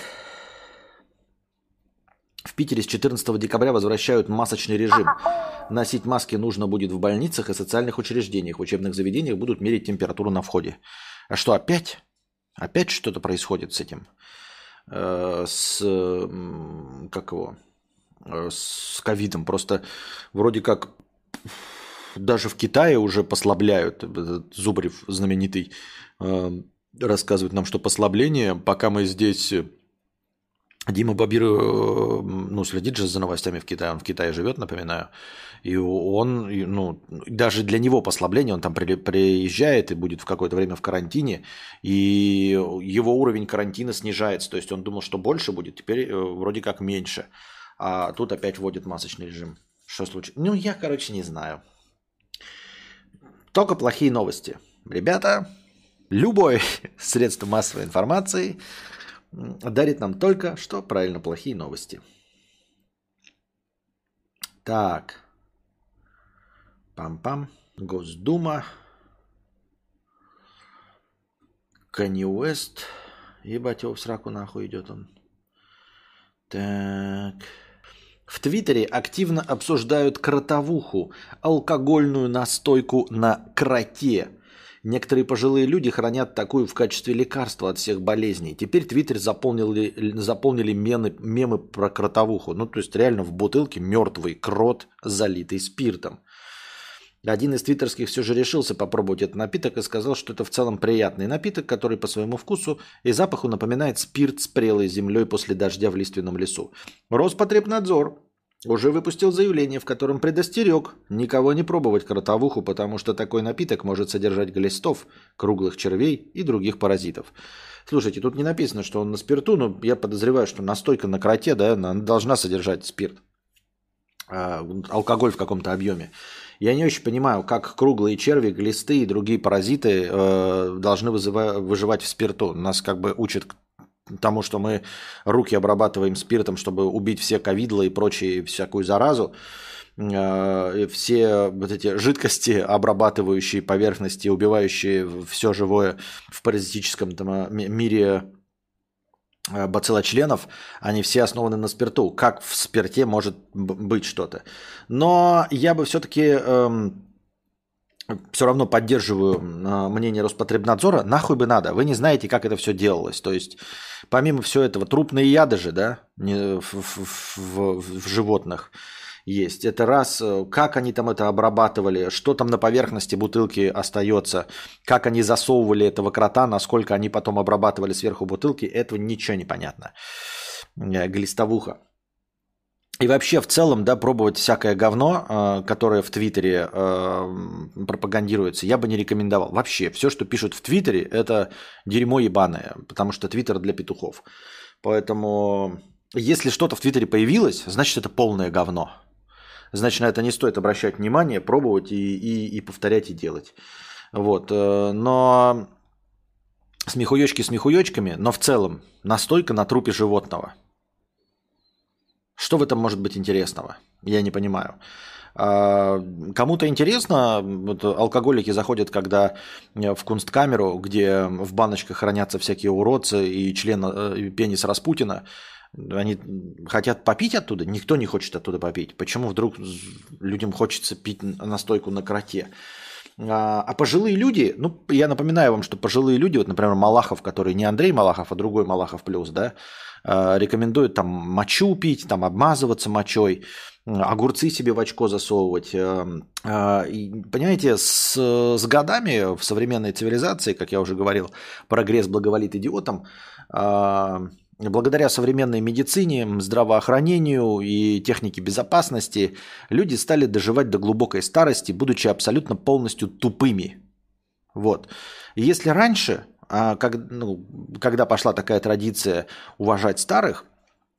В Питере с четырнадцатого декабря возвращают масочный режим. Носить маски нужно будет в больницах и социальных учреждениях. В учебных заведениях будут мерить температуру на входе. А что, опять? Опять что-то происходит с этим? Э, с... Как его? Э, с ковидом. Просто вроде как даже в Китае уже послабляют. Зубарев знаменитый э, рассказывает нам, что послабление, пока мы здесь... Дима Бабир, ну, следит же за новостями в Китае, он в Китае живет, напоминаю, и он, ну, даже для него послабление, он там при, приезжает и будет в какое-то время в карантине, и его уровень карантина снижается, то есть он думал, что больше будет, теперь вроде как меньше, а тут опять вводит масочный режим. Что случилось? Ну, я, короче, не знаю. Только плохие новости. Ребята, любое средство массовой информации дарит нам только, что правильно, плохие новости. Так. Пам-пам. Госдума. Канье Уэст. Ебать его в сраку нахуй идет он. Так. В Твиттере активно обсуждают кротовуху, алкогольную настойку на кроте. Некоторые пожилые люди хранят такую в качестве лекарства от всех болезней. Теперь Твиттер заполнили, заполнили мемы, мемы про кротовуху. Ну, то есть реально в бутылке мертвый крот, залитый спиртом. Один из твиттерских все же решился попробовать этот напиток и сказал, что это в целом приятный напиток, который по своему вкусу и запаху напоминает спирт с прелой землей после дождя в лиственном лесу. Роспотребнадзор уже выпустил заявление, в котором предостерег никого не пробовать кротовуху, потому что такой напиток может содержать глистов, круглых червей и других паразитов. Слушайте, тут не написано, что он на спирту, но я подозреваю, что настойка на кроте, да, она должна содержать спирт, а, алкоголь в каком-то объеме. Я не очень понимаю, как круглые черви, глисты и другие паразиты э, должны вызыва- выживать в спирту. Нас как бы учат тому, что мы руки обрабатываем спиртом, чтобы убить все ковидло и прочие всякую заразу. Э, все вот эти жидкости, обрабатывающие поверхности, убивающие все живое в паразитическом там, мире бациллочленов, они все основаны на спирту. Как в спирте может быть что-то? Но я бы все-таки эм, все равно поддерживаю э, мнение Роспотребнадзора. Нахуй бы надо. Вы не знаете, как это все делалось. То есть, помимо всего этого, трупные яды же, да, в, в, в, в животных есть. Это раз, как они там это обрабатывали, что там на поверхности бутылки остается, как они засовывали этого крота, насколько они потом обрабатывали сверху бутылки, этого ничего не понятно. Глистовуха. И вообще в целом, да, пробовать всякое говно, э, которое в Твиттере э, пропагандируется, я бы не рекомендовал. Вообще, все, что пишут в Твиттере, это дерьмо ебаное, потому что Твиттер для петухов. Поэтому, если что-то в Твиттере появилось, значит, это полное говно. Значит, на это не стоит обращать внимание, пробовать и, и, и повторять и делать. Вот. э, Но смехуёчки смехуёчками, но в целом настойка на трупе животного. Что в этом может быть интересного? Я не понимаю. А, Кому-то интересно, вот алкоголики заходят, когда в кунсткамеру, где в баночках хранятся всякие уродцы и член, э, и пенис Распутина, они хотят попить оттуда? Никто не хочет оттуда попить. Почему вдруг людям хочется пить настойку на кроте? А, а пожилые люди, ну, я напоминаю вам, что пожилые люди, вот, например, Малахов, который не Андрей Малахов, а другой Малахов плюс, да, а, рекомендуют там мочу пить, там обмазываться мочой, огурцы себе в очко засовывать. А, а, и, понимаете, с, с годами в современной цивилизации, как я уже говорил, прогресс благоволит идиотам, а, благодаря современной медицине, здравоохранению и технике безопасности люди стали доживать до глубокой старости, будучи абсолютно полностью тупыми. Вот. И если раньше, а, как, ну, когда пошла такая традиция уважать старых,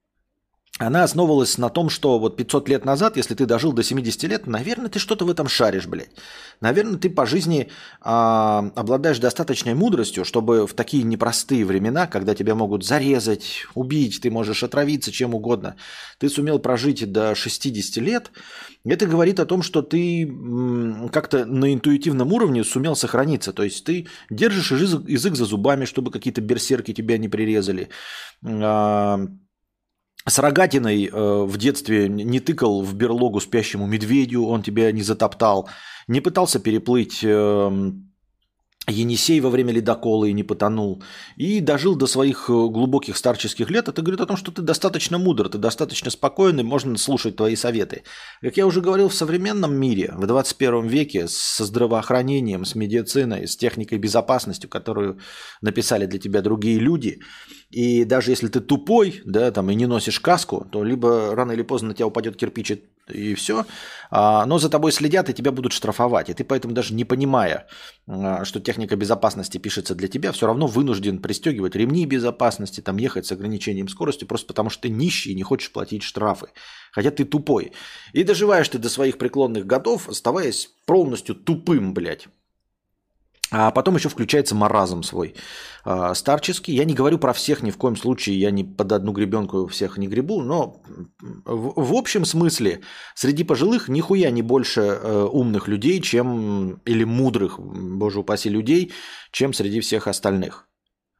она основывалась на том, что вот пятьсот лет назад, если ты дожил до семидесяти лет, наверное, ты что-то в этом шаришь, блядь. Наверное, ты по жизни а, обладаешь достаточной мудростью, чтобы в такие непростые времена, когда тебя могут зарезать, убить, ты можешь отравиться чем угодно, ты сумел прожить до шестидесяти лет. Это говорит о том, что ты м, как-то на интуитивном уровне сумел сохраниться. То есть ты держишь язык, язык за зубами, чтобы какие-то берсерки тебя не прирезали. А, С рогатиной э, в детстве не тыкал в берлогу спящему медведю, он тебя не затоптал. Не пытался переплыть э, Енисей во время ледокола и не потонул. И дожил до своих э, глубоких старческих лет. Это говорит о том, что ты достаточно мудр, ты достаточно спокойный, можно слушать твои советы. Как я уже говорил, в современном мире, в двадцать первом веке, со здравоохранением, с медициной, с техникой безопасности, которую написали для тебя другие люди, и даже если ты тупой, да, там, и не носишь каску, то либо рано или поздно на тебя упадет кирпич и- и все, а, но за тобой следят и тебя будут штрафовать. И ты поэтому даже не понимая, а, что техника безопасности пишется для тебя, все равно вынужден пристегивать ремни безопасности, там, ехать с ограничением скорости, просто потому что ты нищий и не хочешь платить штрафы. Хотя ты тупой. И доживаешь ты до своих преклонных годов, оставаясь полностью тупым, блядь. А потом еще включается маразм свой э, старческий. Я не говорю про всех ни в коем случае, я не под одну гребенку всех не гребу, но в, в общем смысле среди пожилых нихуя не больше э, умных людей, чем или мудрых, боже упаси, людей, чем среди всех остальных.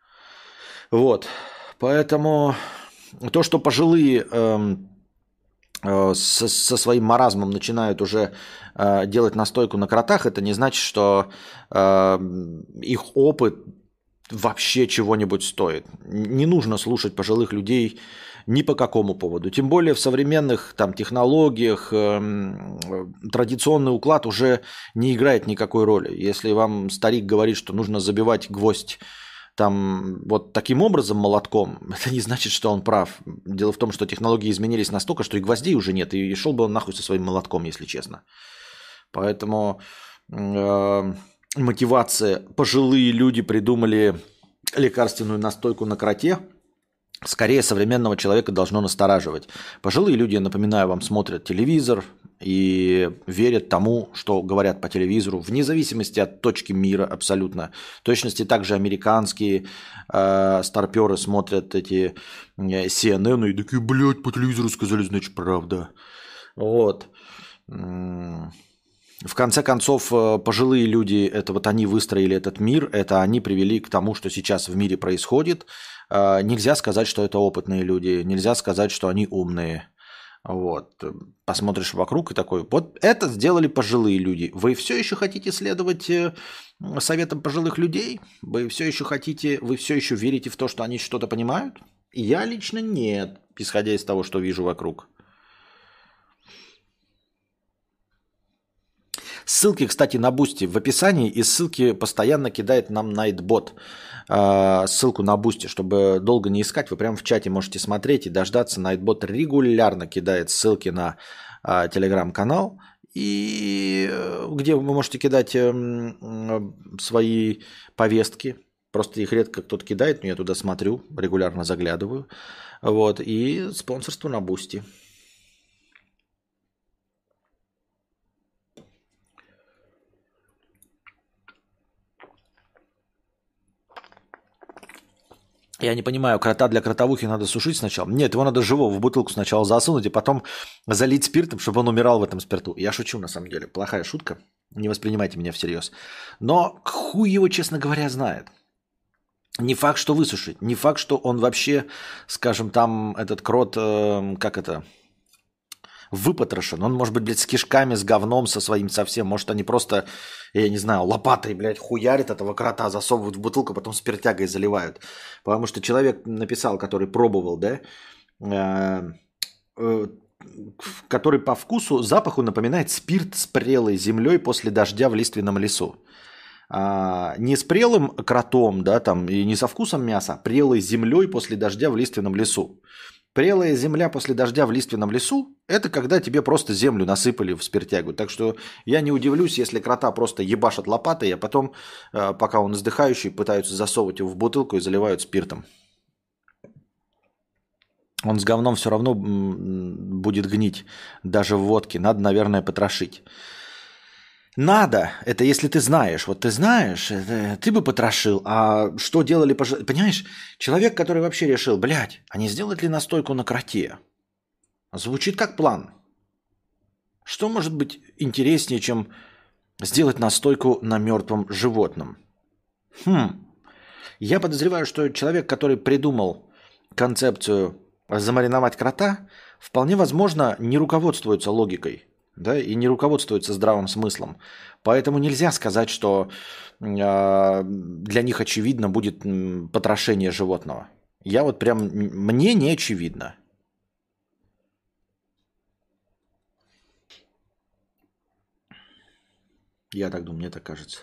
Вот. Поэтому то, что пожилые эм, э, со, со своим маразмом начинают уже э, делать настойку на кротах, это не значит, что э, их опыт вообще чего-нибудь стоит. Не нужно слушать пожилых людей ни по какому поводу. Тем более в современных там, технологиях эм, э, традиционный уклад уже не играет никакой роли. Если вам старик говорит, что нужно забивать гвоздь там вот таким образом молотком, это не значит, что он прав. Дело в том, что технологии изменились настолько, что и гвоздей уже нет, и шел бы он нахуй со своим молотком, если честно. Поэтому э, мотивация. Пожилые люди придумали лекарственную настойку на кроте. Скорее, современного человека должно настораживать. Пожилые люди, я напоминаю вам, смотрят телевизор и верят тому, что говорят по телевизору, вне зависимости от точки мира абсолютно. В точности также американские э, старперы смотрят эти э, си эн эн и такие, блядь, по телевизору сказали, значит, правда. Вот. В конце концов, э, пожилые люди, это вот они выстроили этот мир, это они привели к тому, что сейчас в мире происходит. Э, Нельзя сказать, что это опытные люди, нельзя сказать, что они умные. Вот. Посмотришь вокруг и такой, вот это сделали пожилые люди. Вы все еще хотите следовать э, советам пожилых людей? Вы все еще хотите, вы все еще верите в то, что они что-то понимают? Я лично нет, исходя из того, что вижу вокруг. Ссылки, кстати, на Бусти в описании, и ссылки постоянно кидает нам Nightbot. Э, ссылку на Бусти, чтобы долго не искать, вы прямо в чате можете смотреть и дождаться. Nightbot регулярно кидает ссылки на э, телеграм-канал, и э, где вы можете кидать э, э, свои повестки. Просто их редко кто-то кидает, но я туда смотрю, регулярно заглядываю. Вот, и спонсорство на Бусти. Я не понимаю, крота для кротовухи надо сушить сначала? Нет, его надо живого в бутылку сначала засунуть, и потом залить спиртом, чтобы он умирал в этом спирту. Я шучу, на самом деле. Плохая шутка. Не воспринимайте меня всерьез. Но хуй его, честно говоря, знает. Не факт, что высушить. Не факт, что он вообще, скажем, там этот крот, э, как это, выпотрошен. Он может быть, блядь, с кишками, с говном, со своим совсем. Может, они просто, я не знаю, лопатой, блядь, хуярят этого крота, засовывают в бутылку, потом спиртягой заливают. Потому что человек написал, который пробовал, да, э, э, который по вкусу, запаху напоминает спирт с прелой землей после дождя в лиственном лесу. А, не с прелым кротом, да, там, и не со вкусом мяса, а прелой землей после дождя в лиственном лесу. Прелая земля после дождя в лиственном лесу – это когда тебе просто землю насыпали в спиртягу. Так что я не удивлюсь, если крота просто ебашат лопатой, а потом, пока он издыхающий, пытаются засовывать его в бутылку и заливают спиртом. Он с говном все равно будет гнить, даже в водке. Надо, наверное, потрошить. Надо, это если ты знаешь. Вот ты знаешь, это, ты бы потрошил. А что делали, пож... понимаешь, человек, который вообще решил, блядь, а не сделать ли настойку на кроте? Звучит как план. Что может быть интереснее, чем сделать настойку на мертвом животном? Хм. Я подозреваю, что человек, который придумал концепцию замариновать крота, вполне возможно не руководствуется логикой. Да, и не руководствуются здравым смыслом. Поэтому нельзя сказать, что э, для них очевидно будет потрошение животного. Я вот прям, мне не очевидно. Я так думаю, мне так кажется.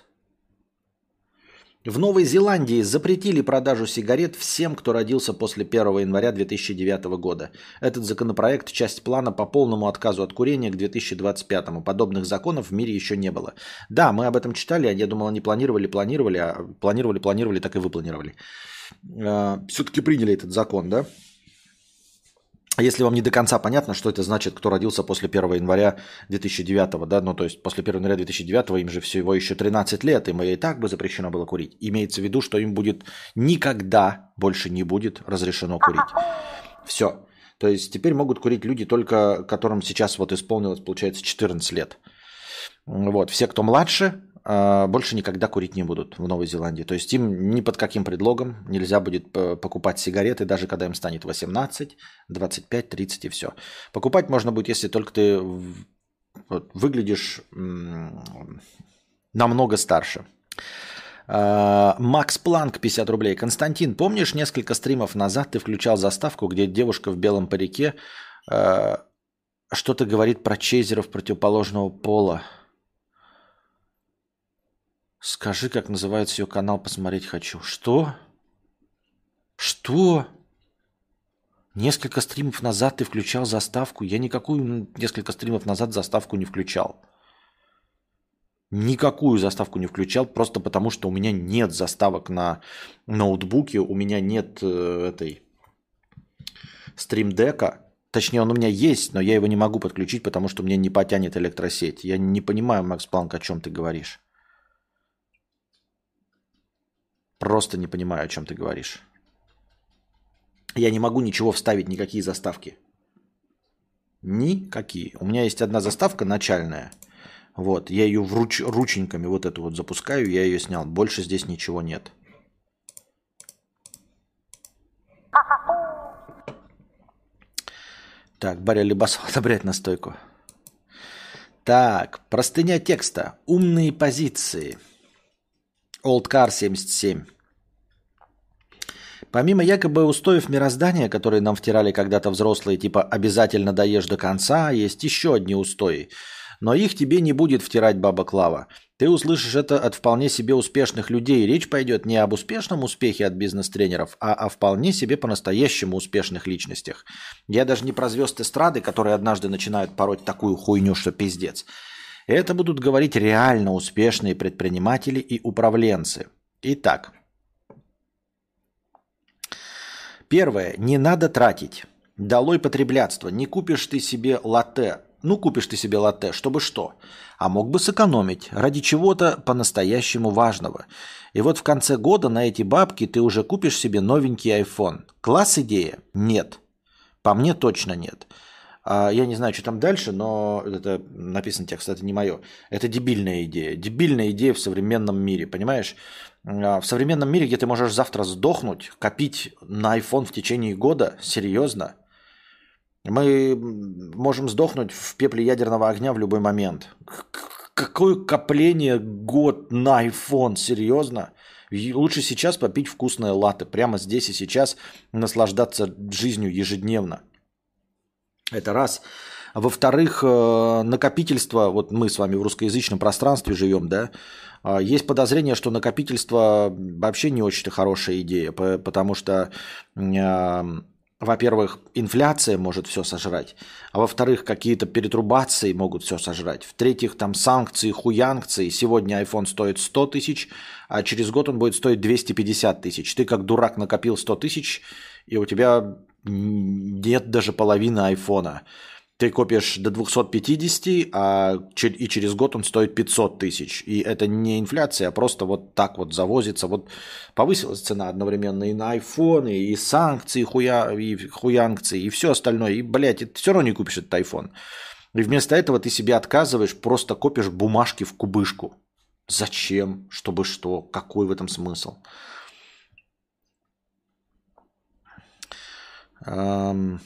В Новой Зеландии запретили продажу сигарет всем, кто родился после первого января две тысячи девятого года. Этот законопроект – часть плана по полному отказу от курения к две тысячи двадцать пятому. Подобных законов в мире еще не было. Да, мы об этом читали, я думал, они планировали, планировали, а планировали, планировали, так и выпланировали. Все-таки приняли этот закон, да? Если вам не до конца понятно, что это значит, кто родился после первого января две тысячи девятого, да, ну то есть после первого января две тысячи девятого им же всего еще тринадцать лет, им и так бы запрещено было курить. Имеется в виду, что им будет никогда больше не будет разрешено курить. Все. То есть теперь могут курить люди только, которым сейчас вот исполнилось, получается, четырнадцать лет. Вот. Все, кто младше, больше никогда курить не будут в Новой Зеландии. То есть им ни под каким предлогом нельзя будет покупать сигареты, даже когда им станет восемнадцать, двадцать пять, тридцать и все. Покупать можно будет, если только ты выглядишь намного старше. Макс Планк, пятьдесят рублей. Константин, помнишь, несколько стримов назад ты включал заставку, где девушка в белом парике что-то говорит про чейзеров противоположного пола? Скажи, как называется ее канал, посмотреть хочу. Что? Что? Несколько стримов назад ты включал заставку? Я никакую несколько стримов назад заставку не включал. Никакую заставку не включал, просто потому что у меня нет заставок на ноутбуке, у меня нет э, этой стримдека. Точнее, он у меня есть, но я его не могу подключить, потому что мне не потянет электросеть. Я не понимаю, Макс Планк, о чем ты говоришь. Просто не понимаю, о чем ты говоришь. Я не могу ничего вставить, никакие заставки. Никакие. У меня есть одна заставка начальная. Вот, я ее вруч, рученьками вот эту вот запускаю, я ее снял. Больше здесь ничего нет. Так, Баря Лебасов одобряет настойку. Так, простыня текста. Умные позиции. Олдкар семьдесят семь. Помимо якобы устоев мироздания, которые нам втирали когда-то взрослые, типа «обязательно доешь до конца», есть еще одни устои. Но их тебе не будет втирать баба Клава. Ты услышишь это от вполне себе успешных людей. Речь пойдет не об успешном успехе от бизнес-тренеров, а о вполне себе по-настоящему успешных личностях. Я даже не про звезд эстрады, которые однажды начинают пороть такую хуйню, что пиздец. Это будут говорить реально успешные предприниматели и управленцы. Итак. Первое. Не надо тратить. Долой потреблятство. Не купишь ты себе латте. Ну, купишь ты себе латте, чтобы что? А мог бы сэкономить ради чего-то по-настоящему важного. И вот в конце года на эти бабки ты уже купишь себе новенький iPhone. Класс идея? Нет. По мне точно нет. А, я не знаю, что там дальше, но это написан текст, это не мое. Это дебильная идея. Дебильная идея в современном мире, понимаешь? В современном мире, где ты можешь завтра сдохнуть, копить на iPhone в течение года, серьезно? Мы можем сдохнуть в пепле ядерного огня в любой момент. Какое копление год на iPhone, серьезно? Лучше сейчас попить вкусное латте, прямо здесь и сейчас наслаждаться жизнью ежедневно. Это раз. Во-вторых, накопительство, вот мы с вами в русскоязычном пространстве живем, да, есть подозрение, что накопительство вообще не очень-то хорошая идея, потому что, во-первых, инфляция может все сожрать, а во-вторых, какие-то перетрубации могут все сожрать. В-третьих, там санкции, хуянкции. Сегодня iPhone стоит сто тысяч, а через год он будет стоить двести пятьдесят тысяч. Ты как дурак накопил сто тысяч, и у тебя нет даже половины айфона. Ты копишь до двести пятьдесят, а и через год он стоит пятьсот тысяч. И это не инфляция, а просто вот так вот завозится. Вот повысилась цена одновременно и на айфоны, и санкции, и хуя, и хуянкции, и все остальное. И, блядь, ты все равно не купишь этот айфон. И вместо этого ты себе отказываешь, просто копишь бумажки в кубышку. Зачем? Чтобы что? Какой в этом смысл? Эм...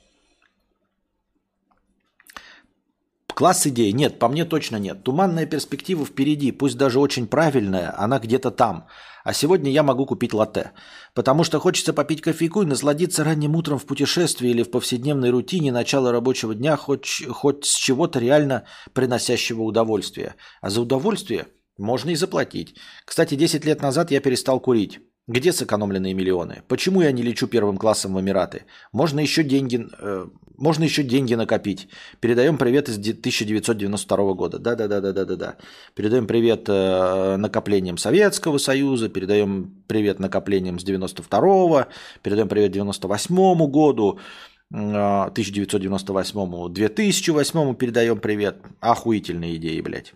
Класс идей? Нет, по мне точно нет. Туманная перспектива впереди, пусть даже очень правильная, она где-то там. А сегодня я могу купить латте. Потому что хочется попить кофейку и насладиться ранним утром в путешествии или в повседневной рутине начала рабочего дня хоть, хоть с чего-то реально приносящего удовольствие. А за удовольствие можно и заплатить. Кстати, десять лет назад я перестал курить. Где сэкономленные миллионы? Почему я не лечу первым классом в Эмираты? Можно еще деньги, э, можно еще деньги накопить. Передаем привет из тысяча девятьсот девяносто второго года. Да-да-да-да-да-да. Передаем привет э, накоплениям Советского Союза, передаем привет накоплениям с девяносто второго, передаем привет девяносто восьмому году, э, тысяча девятьсот девяносто восьмому, две тысячи восьмому передаем привет. Охуительные идеи, блядь.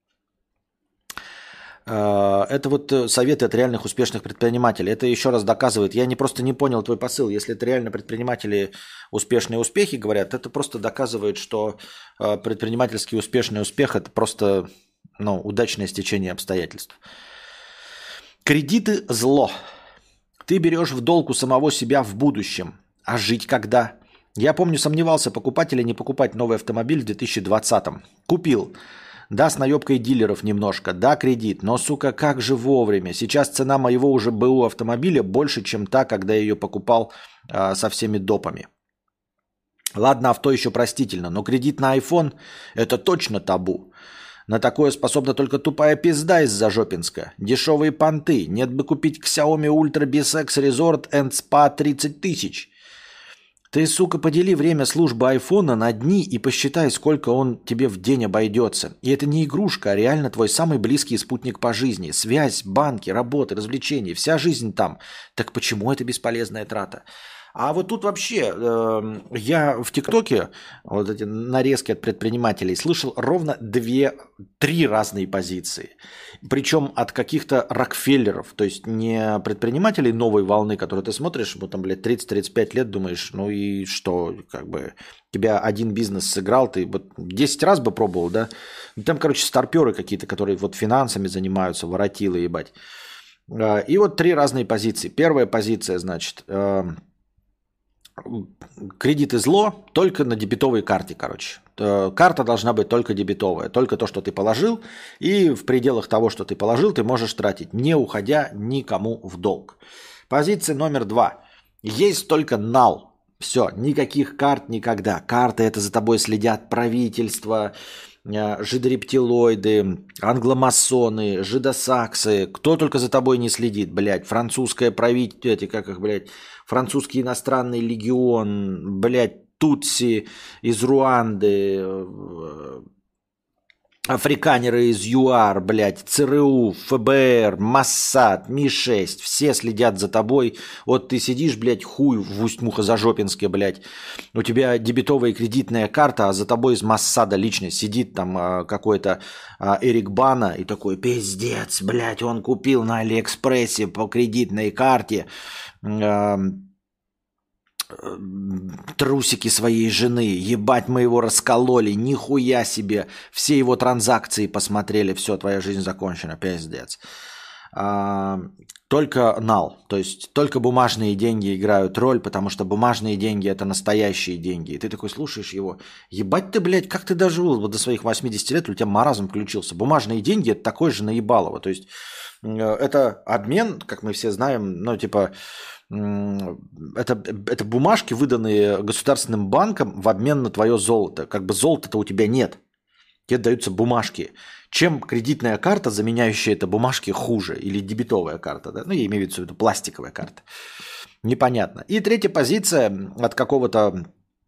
Это вот советы от реальных успешных предпринимателей. Это еще раз доказывает. Я не просто не понял твой посыл. Если это реально предприниматели успешные успехи говорят, это просто доказывает, что предпринимательский успешный успех – это просто ну, удачное стечение обстоятельств. Кредиты – зло. Ты берешь в долг у самого себя в будущем. А жить когда? Я помню, сомневался, покупать или не покупать новый автомобиль в две тысячи двадцатом. Купил. Да, с наебкой дилеров немножко, да, кредит, но, сука, как же вовремя. Сейчас цена моего уже БУ автомобиля больше, чем та, когда я ее покупал э, со всеми допами. Ладно, авто еще простительно, но кредит на iPhone – это точно табу. На такое способна только тупая пизда из-за Жопинска. Дешевые понты. Нет бы купить Xiaomi Ultra би секс Resort and Spa тридцать тысяч. Ты, сука, подели время службы айфона на дни и посчитай, сколько он тебе в день обойдется. И это не игрушка, а реально твой самый близкий спутник по жизни. Связь, банки, работы, развлечения, вся жизнь там. Так почему это бесполезная трата? А вот тут вообще э, я в ТикТоке, вот эти нарезки от предпринимателей, слышал ровно две, три разные позиции. Причем от каких-то Рокфеллеров, то есть не предпринимателей новой волны, которые ты смотришь, вот там, блядь, тридцать-тридцать пять лет, думаешь, ну и что, как бы, тебя один бизнес сыграл, ты вот десять раз бы пробовал, да? Там, короче, старперы какие-то, которые вот финансами занимаются, воротилы, ебать. И вот три разные позиции. Первая позиция, значит... Кредиты зло только на дебетовой карте, короче. Карта должна быть только дебетовая, только то, что ты положил, и в пределах того, что ты положил, ты можешь тратить, не уходя никому в долг. Позиция номер два. Есть только нал. Все, никаких карт никогда. Карты — это за тобой следят правительство, э, жидорептилоиды, англомасоны, жидосаксы. Кто только за тобой не следит, блядь. Французское правительство, эти, как их, блядь, французский иностранный легион, блядь, Тутси из Руанды, э, африканеры из ЮАР, блядь, ЦРУ, ФБР, Моссад, Ми шесть, все следят за тобой. Вот ты сидишь, блядь, хуй в Усть-Мухозажопинске, блядь, у тебя дебетовая и кредитная карта, а за тобой из Моссада лично сидит там а, какой-то а, Эрик Бана и такой, пиздец, блядь, он купил на Алиэкспрессе по кредитной карте а, трусики своей жены, ебать, мы его раскололи, нихуя себе, все его транзакции посмотрели, все, твоя жизнь закончена, пиздец. А, только нал, то есть только бумажные деньги играют роль, потому что бумажные деньги это настоящие деньги. И ты такой слушаешь его, ебать ты, блядь, как ты дожил вот до своих восьмидесяти лет, у тебя маразм включился. Бумажные деньги это такой же наебалово, то есть это обмен, как мы все знаем, ну типа Это, это бумажки, выданные государственным банком в обмен на твое золото. Как бы золота-то у тебя нет. Тебе даются бумажки. Чем кредитная карта, заменяющая это бумажки, хуже? Или дебетовая карта? Да? Ну, я имею в виду пластиковая карта. Непонятно. И третья позиция от какого-то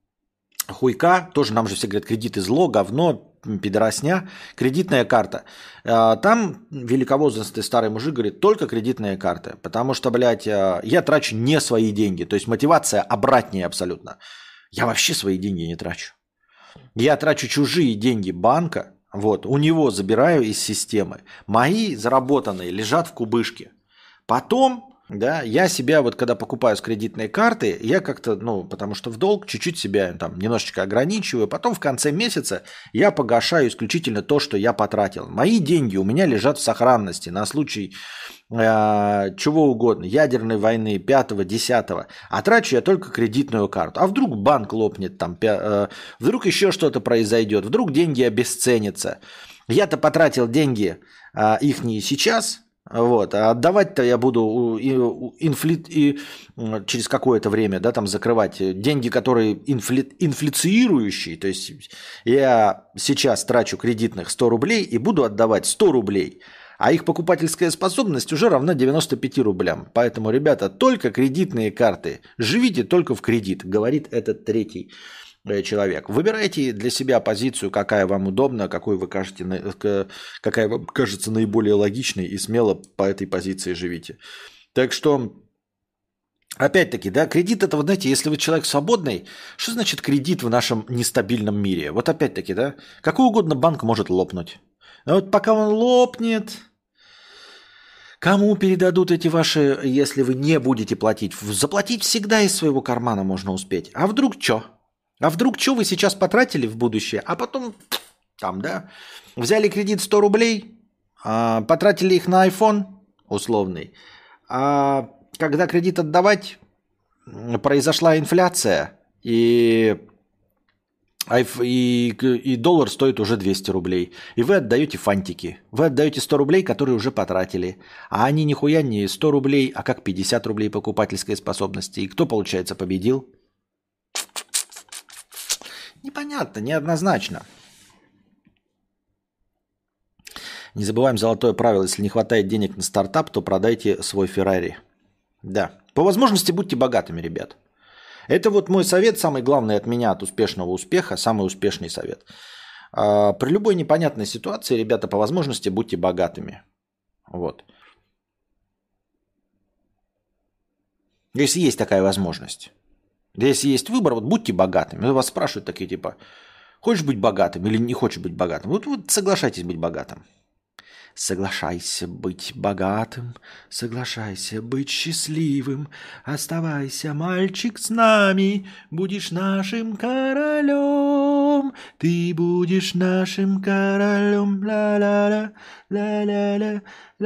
хуйка. Тоже нам же все говорят, кредиты зло, говно, пидоросня. Кредитная карта. Там великовозрастный старый мужик говорит, только кредитная карта. Потому что, блядь, я трачу не свои деньги. То есть мотивация обратнее абсолютно. Я вообще свои деньги не трачу. Я трачу чужие деньги банка. Вот, у него забираю из системы. Мои заработанные лежат в кубышке. Потом... Да, я себя вот когда покупаю с кредитной карты, я как-то, ну, потому что в долг чуть-чуть себя там немножечко ограничиваю, потом в конце месяца я погашаю исключительно то, что я потратил. Мои деньги у меня лежат в сохранности на случай э, чего угодно, ядерной войны, пятого, десятого, а трачу я только кредитную карту. А вдруг банк лопнет, там, пя- э, вдруг еще что-то произойдет, вдруг деньги обесценятся. Я-то потратил деньги э, ихние сейчас. Вот, а отдавать-то я буду инфли... и через какое-то время, да, там закрывать деньги, которые инфли... инфляцирующие. То есть я сейчас трачу кредитных сто рублей и буду отдавать сто рублей, а их покупательская способность уже равна девяноста пяти рублям. Поэтому, ребята, только кредитные карты. Живите только в кредит, говорит этот третий человек. Выбирайте для себя позицию, какая вам удобна, какой вы кажете, какая вам кажется наиболее логичной, и смело по этой позиции живите. Так что, опять-таки, да, кредит это, вот знаете, если вы человек свободный, что значит кредит в нашем нестабильном мире? Вот опять-таки, да, какой угодно банк может лопнуть. А вот пока он лопнет, кому передадут эти ваши, если вы не будете платить? Заплатить всегда из своего кармана можно успеть. А вдруг что? А вдруг что вы сейчас потратили в будущее, а потом там, да, взяли кредит сто рублей, а, потратили их на iPhone условный, а когда кредит отдавать, произошла инфляция, и, и, и доллар стоит уже двести рублей, и вы отдаете фантики, вы отдаете сто рублей, которые уже потратили, а они нихуя не сто рублей, а как пятьдесят рублей покупательской способности, и кто, получается, победил? Непонятно, неоднозначно. Не забываем золотое правило. Если не хватает денег на стартап, то продайте свой Феррари. Да. По возможности будьте богатыми, ребят. Это вот мой совет, самый главный от меня, от успешного успеха, самый успешный совет. При любой непонятной ситуации, ребята, по возможности будьте богатыми. Вот. Если есть такая возможность. Если есть выбор, вот будьте богатыми. Вас спрашивают такие типа, хочешь быть богатым или не хочешь быть богатым? Вот, вот соглашайтесь быть богатым. Соглашайся быть богатым, соглашайся быть счастливым, оставайся, мальчик, с нами, будешь нашим королем, ты будешь нашим королем, ла-ла-ла, ла-ла-ла,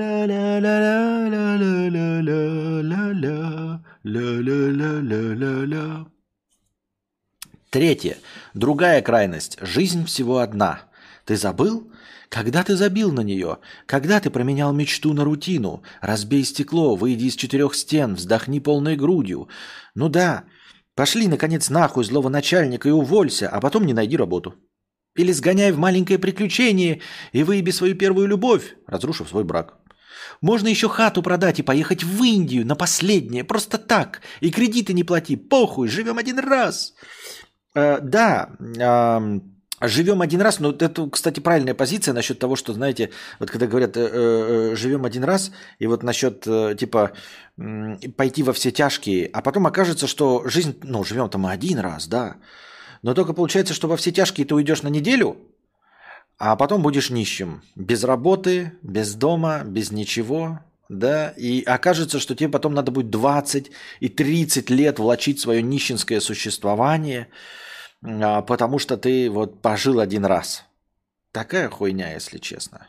ла-ла-ла-ла-ла-ла-ла-ла, ла-ла-ла-ла-ла-ла. Третье. Другая крайность. Жизнь всего одна. Ты забыл? Когда ты забил на нее? Когда ты променял мечту на рутину? Разбей стекло, выйди из четырех стен, вздохни полной грудью. Ну да, пошли, наконец, нахуй злого начальника и уволься, а потом не найди работу. Или сгоняй в маленькое приключение и выеби свою первую любовь, разрушив свой брак. Можно еще хату продать и поехать в Индию на последнее, просто так. И кредиты не плати, похуй, живем один раз. Э, да, э, живем один раз, но это, кстати, правильная позиция насчет того, что, знаете, вот когда говорят, э, э, живем один раз, и вот насчет, э, типа, э, пойти во все тяжкие, а потом окажется, что жизнь, ну, живем-то мы один раз, да, но только получается, что во все тяжкие ты уйдешь на неделю, а потом будешь нищим, без работы, без дома, без ничего, да, и окажется, что тебе потом надо будет двадцать и тридцать лет влачить свое нищенское существование, потому что ты вот пожил один раз. Такая хуйня, если честно.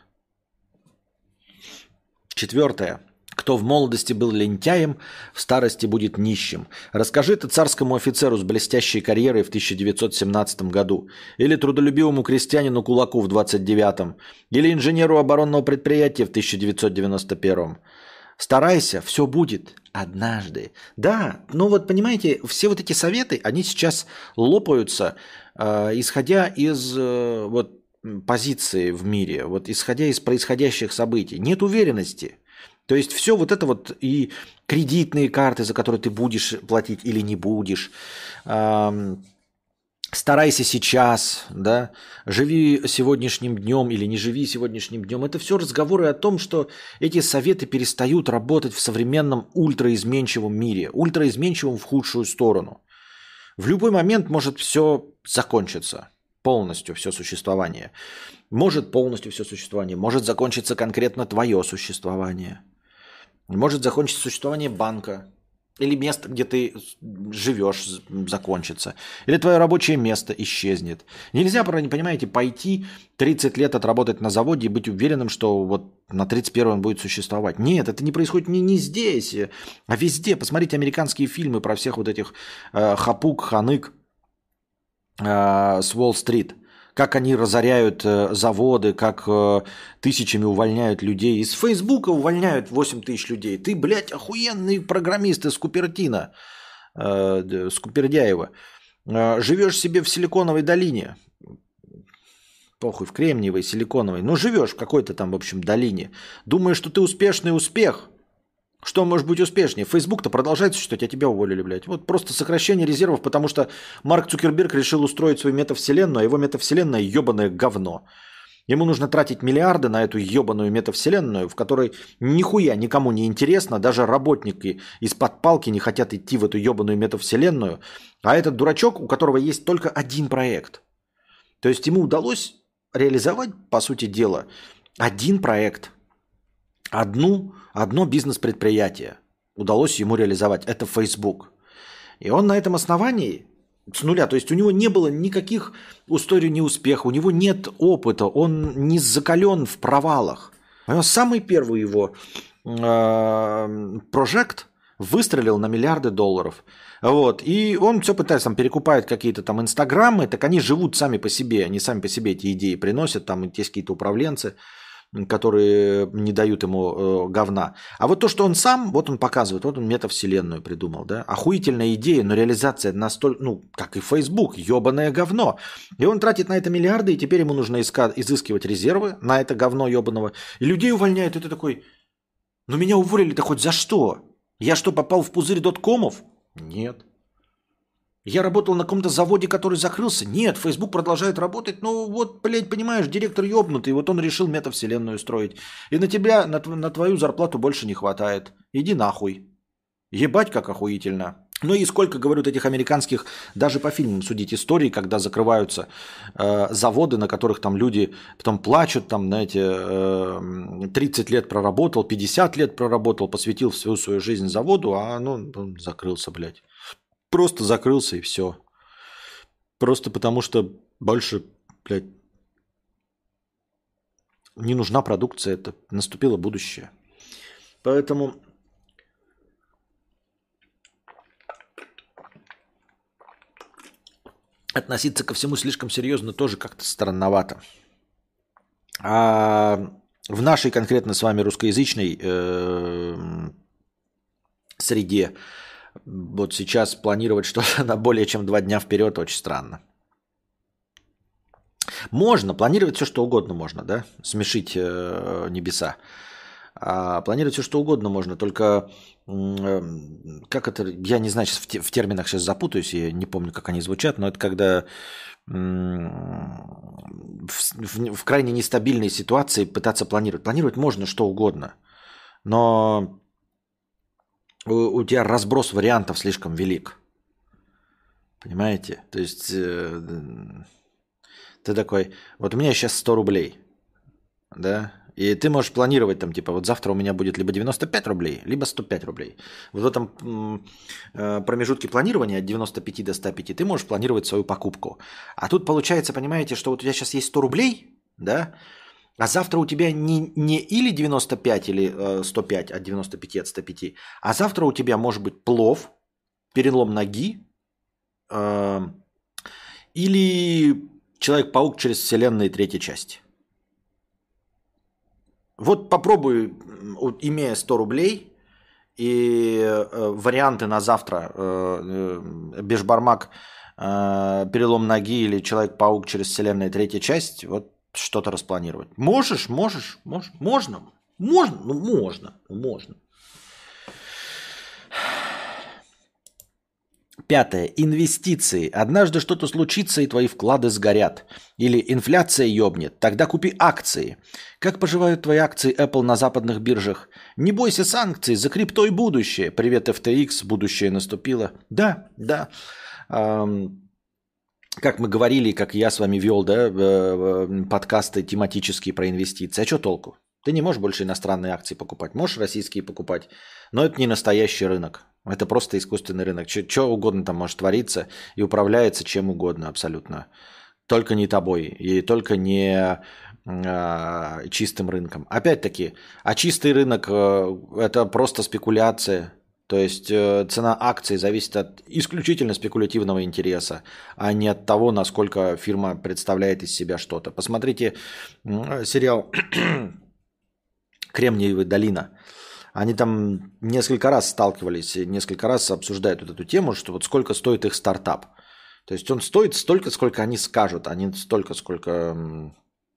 Четвертое. Кто в молодости был лентяем, в старости будет нищим. Расскажи это царскому офицеру с блестящей карьерой в тысяча девятьсот семнадцатом году. Или трудолюбивому крестьянину Кулаку в двадцать девятом. Или инженеру оборонного предприятия в тысяча девятьсот девяносто первом. Старайся, все будет однажды. Да, ну вот понимаете, все вот эти советы, они сейчас лопаются, э, исходя из э, вот, позиции в мире, вот исходя из происходящих событий. Нет уверенности. То есть все вот это вот и кредитные карты, за которые ты будешь платить или не будешь, эм, старайся сейчас, да, живи сегодняшним днем или не живи сегодняшним днем. Это все разговоры о том, что эти советы перестают работать в современном ультраизменчивом мире, ультраизменчивом в худшую сторону. В любой момент может все закончиться. Полностью все существование. Может полностью все существование. Может закончиться конкретно твое существование. Может закончиться существование банка. Или место, где ты живешь, закончится. Или твое рабочее место исчезнет. Нельзя, понимаете, пойти тридцать лет отработать на заводе и быть уверенным, что вот на тридцать первом он будет существовать. Нет, это не происходит не, не здесь, а везде. Посмотрите американские фильмы про всех вот этих э, хапук, ханык э, с Уолл-стрит. Как они разоряют э, заводы, как э, тысячами увольняют людей. Из Фейсбука увольняют восемь тысяч людей. Ты, блядь, охуенный программист из Купертино, э, с Купердяева. Э, живешь себе в Силиконовой долине. Похуй, в Кремниевой, Силиконовой. Ну, живешь в какой-то там, в общем, долине. Думаешь, что ты успешный успех. Что может быть успешнее? Фейсбук-то продолжает существовать, а тебя уволили, блядь. Вот просто сокращение резервов, потому что Марк Цукерберг решил устроить свою метавселенную, а его метавселенная – ебаное говно. Ему нужно тратить миллиарды на эту ебаную метавселенную, в которой нихуя никому не интересно, даже работники из-под палки не хотят идти в эту ебаную метавселенную, а этот дурачок, у которого есть только один проект. То есть ему удалось реализовать, по сути дела, один проект. Одну, одно бизнес-предприятие удалось ему реализовать. Это Facebook. И он на этом основании с нуля, то есть у него не было никаких историй неуспеха, у него нет опыта, он не закален в провалах. Самый первый его э, прожект выстрелил на миллиарды долларов. Вот. И он все пытается, там, перекупает какие-то там инстаграмы, так они живут сами по себе, они сами по себе эти идеи приносят, там есть какие-то управленцы, которые не дают ему э, говна. А вот то, что он сам, вот он показывает, вот он метавселенную придумал, да, охуительная идея, но реализация настолько, ну, как и Facebook, ебаное говно. И он тратит на это миллиарды, и теперь ему нужно искать, изыскивать резервы на это говно ебаного. И людей увольняют, и ты такой, ну меня уволили-то хоть за что? Я что, попал в пузырь доткомов? Нет. Я работал на каком-то заводе, который закрылся. Нет, Facebook продолжает работать. Ну вот, блядь, понимаешь, директор ебнутый. Вот он решил метавселенную строить. И на тебя, на, на твою зарплату больше не хватает. Иди нахуй. Ебать, как охуительно. Ну и сколько, говорят, этих американских, даже по фильмам судить, историй, когда закрываются э, заводы, на которых там люди потом плачут, там, знаете, э, тридцать лет проработал, пятьдесят лет проработал, посвятил всю свою жизнь заводу, а ну, он закрылся, блядь. Просто закрылся и все. Просто потому что больше, блядь, не нужна продукция. Это наступило будущее. Поэтому относиться ко всему слишком серьезно тоже как-то странновато. А в нашей конкретно с вами русскоязычной э, среде вот сейчас планировать что-то на более чем два дня вперед очень странно. Можно планировать все, что угодно можно, да? Смешить э, небеса. А планировать все, что угодно можно, только э, как это, я не знаю, сейчас в, те, в терминах сейчас запутаюсь, я не помню, как они звучат, но это когда в, в, в крайне нестабильной ситуации пытаться планировать. Планировать можно что угодно, но у, у тебя разброс вариантов слишком велик. Понимаете? То есть э, ты такой, вот у меня сейчас сто рублей, да, и ты можешь планировать там, типа, вот завтра у меня будет либо девяносто пять рублей, либо сто пять рублей. Вот в этом э, промежутке планирования от девяноста пяти до ста пяти ты можешь планировать свою покупку. А тут получается, понимаете, что вот у тебя сейчас есть сто рублей, да, а завтра у тебя не, не или девяносто пять, или э, сто пять от девяноста пяти, от ста пяти, а завтра у тебя может быть плов, перелом ноги, э, или Человек-паук через вселенные третьей части. Вот попробуй, имея сто рублей и э, варианты на завтра, э, э, Бешбармак, э, перелом ноги или Человек-паук через вселенную третья часть, вот что-то распланировать. Можешь, можешь, можешь, можно, можно, ну можно, ну можно. Пятое. Инвестиции. Однажды что-то случится, и твои вклады сгорят. Или инфляция ёбнет. Тогда купи акции. Как поживают твои акции Apple на западных биржах? Не бойся санкций, за криптой будущее. Привет, эф ти экс, будущее наступило. Да, да. Эм, как мы говорили, как я с вами вел, да, подкасты тематические про инвестиции. А что толку? Ты не можешь больше иностранные акции покупать. Можешь российские покупать, но это не настоящий рынок. Это просто искусственный рынок. Что угодно там может твориться и управляется чем угодно абсолютно. Только не тобой и только не э, чистым рынком. Опять-таки, а чистый рынок э, это просто спекуляция. То есть э, цена акций зависит от исключительно спекулятивного интереса, а не от того, насколько фирма представляет из себя что-то. Посмотрите э, сериал «Кремниевая долина». Они там несколько раз сталкивались, несколько раз обсуждают вот эту тему, что вот сколько стоит их стартап. То есть он стоит столько, сколько они скажут, а не столько, сколько...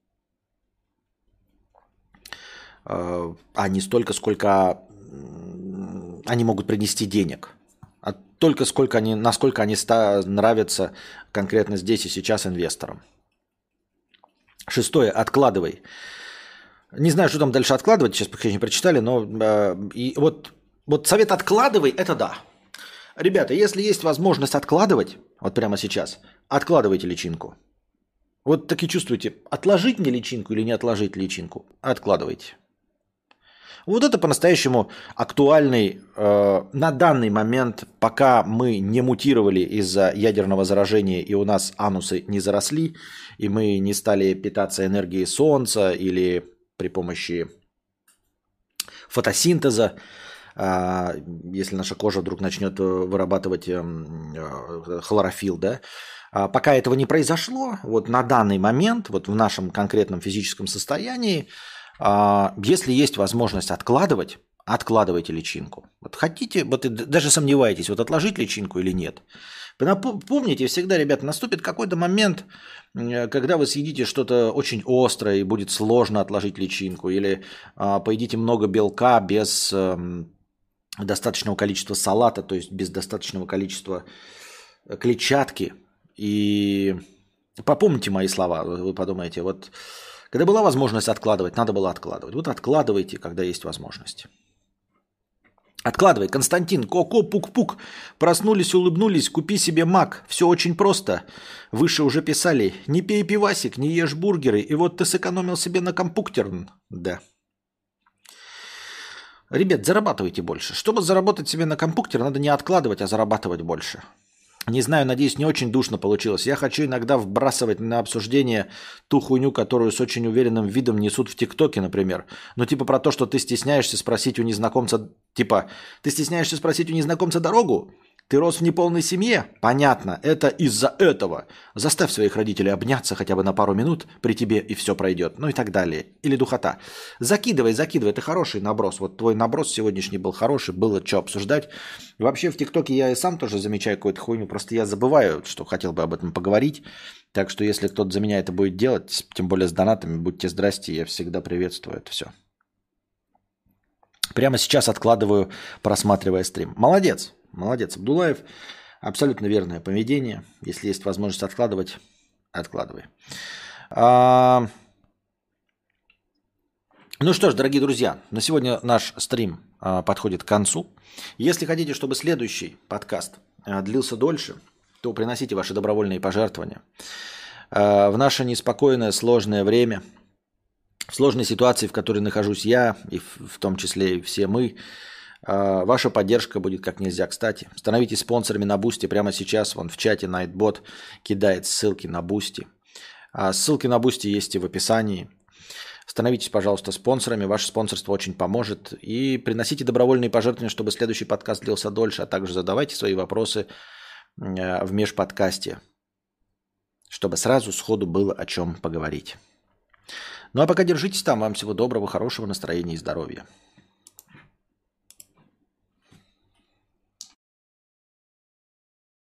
Э, а не столько, сколько они могут принести денег. А только сколько они, насколько они ста, нравятся конкретно здесь и сейчас инвесторам. Шестое. Откладывай. Не знаю, что там дальше откладывать, сейчас пока не прочитали, но э, и вот, вот совет откладывай, это да. Ребята, если есть возможность откладывать, вот прямо сейчас, откладывайте личинку. Вот так и чувствуете, отложить мне личинку или не отложить личинку, откладывайте. Вот это по-настоящему актуальный э, на данный момент, пока мы не мутировали из-за ядерного заражения и у нас анусы не заросли, и мы не стали питаться энергией солнца или при помощи фотосинтеза, если наша кожа вдруг начнет вырабатывать хлорофилл, да, пока этого не произошло, вот на данный момент, вот в нашем конкретном физическом состоянии, если есть возможность откладывать, откладывайте личинку. Вот хотите, вот даже сомневаетесь, вот отложить личинку или нет. Помните всегда, ребята, наступит какой-то момент, когда вы съедите что-то очень острое и будет сложно отложить личинку, или а, поедите много белка без а, достаточного количества салата, то есть без достаточного количества клетчатки. И попомните мои слова, вы подумаете, вот когда была возможность откладывать, надо было откладывать. Вот откладывайте, когда есть возможность. Откладывай. Константин, ко-ко, пук-пук. Проснулись, улыбнулись, купи себе мак. Все очень просто. Выше уже писали. Не пей пивасик, не ешь бургеры. И вот ты сэкономил себе на компьютер. Да. Ребят, зарабатывайте больше. Чтобы заработать себе на компьютер, надо не откладывать, а зарабатывать больше. Не знаю, надеюсь, не очень душно получилось. Я хочу иногда вбрасывать на обсуждение ту хуйню, которую с очень уверенным видом несут в ТикТоке, например. Ну, типа про то, что ты стесняешься спросить у незнакомца... Типа, ты стесняешься спросить у незнакомца дорогу? Ты рос в неполной семье? Понятно, это из-за этого. Заставь своих родителей обняться хотя бы на пару минут при тебе, и все пройдет. Ну и так далее. Или духота. Закидывай, закидывай. Это хороший наброс. Вот твой наброс сегодняшний был хороший, было что обсуждать. Вообще в ТикТоке я и сам тоже замечаю какую-то хуйню. Просто я забываю, что хотел бы об этом поговорить. Так что если кто-то за меня это будет делать, тем более с донатами, будьте здрасте, я всегда приветствую это все. Прямо сейчас откладываю, просматривая стрим. Молодец. Молодец, Абдулаев. Абсолютно верное поведение. Если есть возможность откладывать, откладывай. А... Ну что ж, дорогие друзья, на сегодня наш стрим а, подходит к концу. Если хотите, чтобы следующий подкаст а, длился дольше, то приносите ваши добровольные пожертвования. А, в наше неспокойное, сложное время, в сложной ситуации, в которой нахожусь я, и в, в том числе и все мы, ваша поддержка будет как нельзя кстати. Становитесь спонсорами на Бусти прямо сейчас. Вон в чате Nightbot кидает ссылки на Бусти. Ссылки на Бусти есть и в описании. Становитесь, пожалуйста, спонсорами. Ваше спонсорство очень поможет. И приносите добровольные пожертвования, чтобы следующий подкаст длился дольше. А также задавайте свои вопросы в межподкасте, чтобы сразу сходу было о чем поговорить. Ну а пока держитесь там. Вам всего доброго, хорошего настроения и здоровья.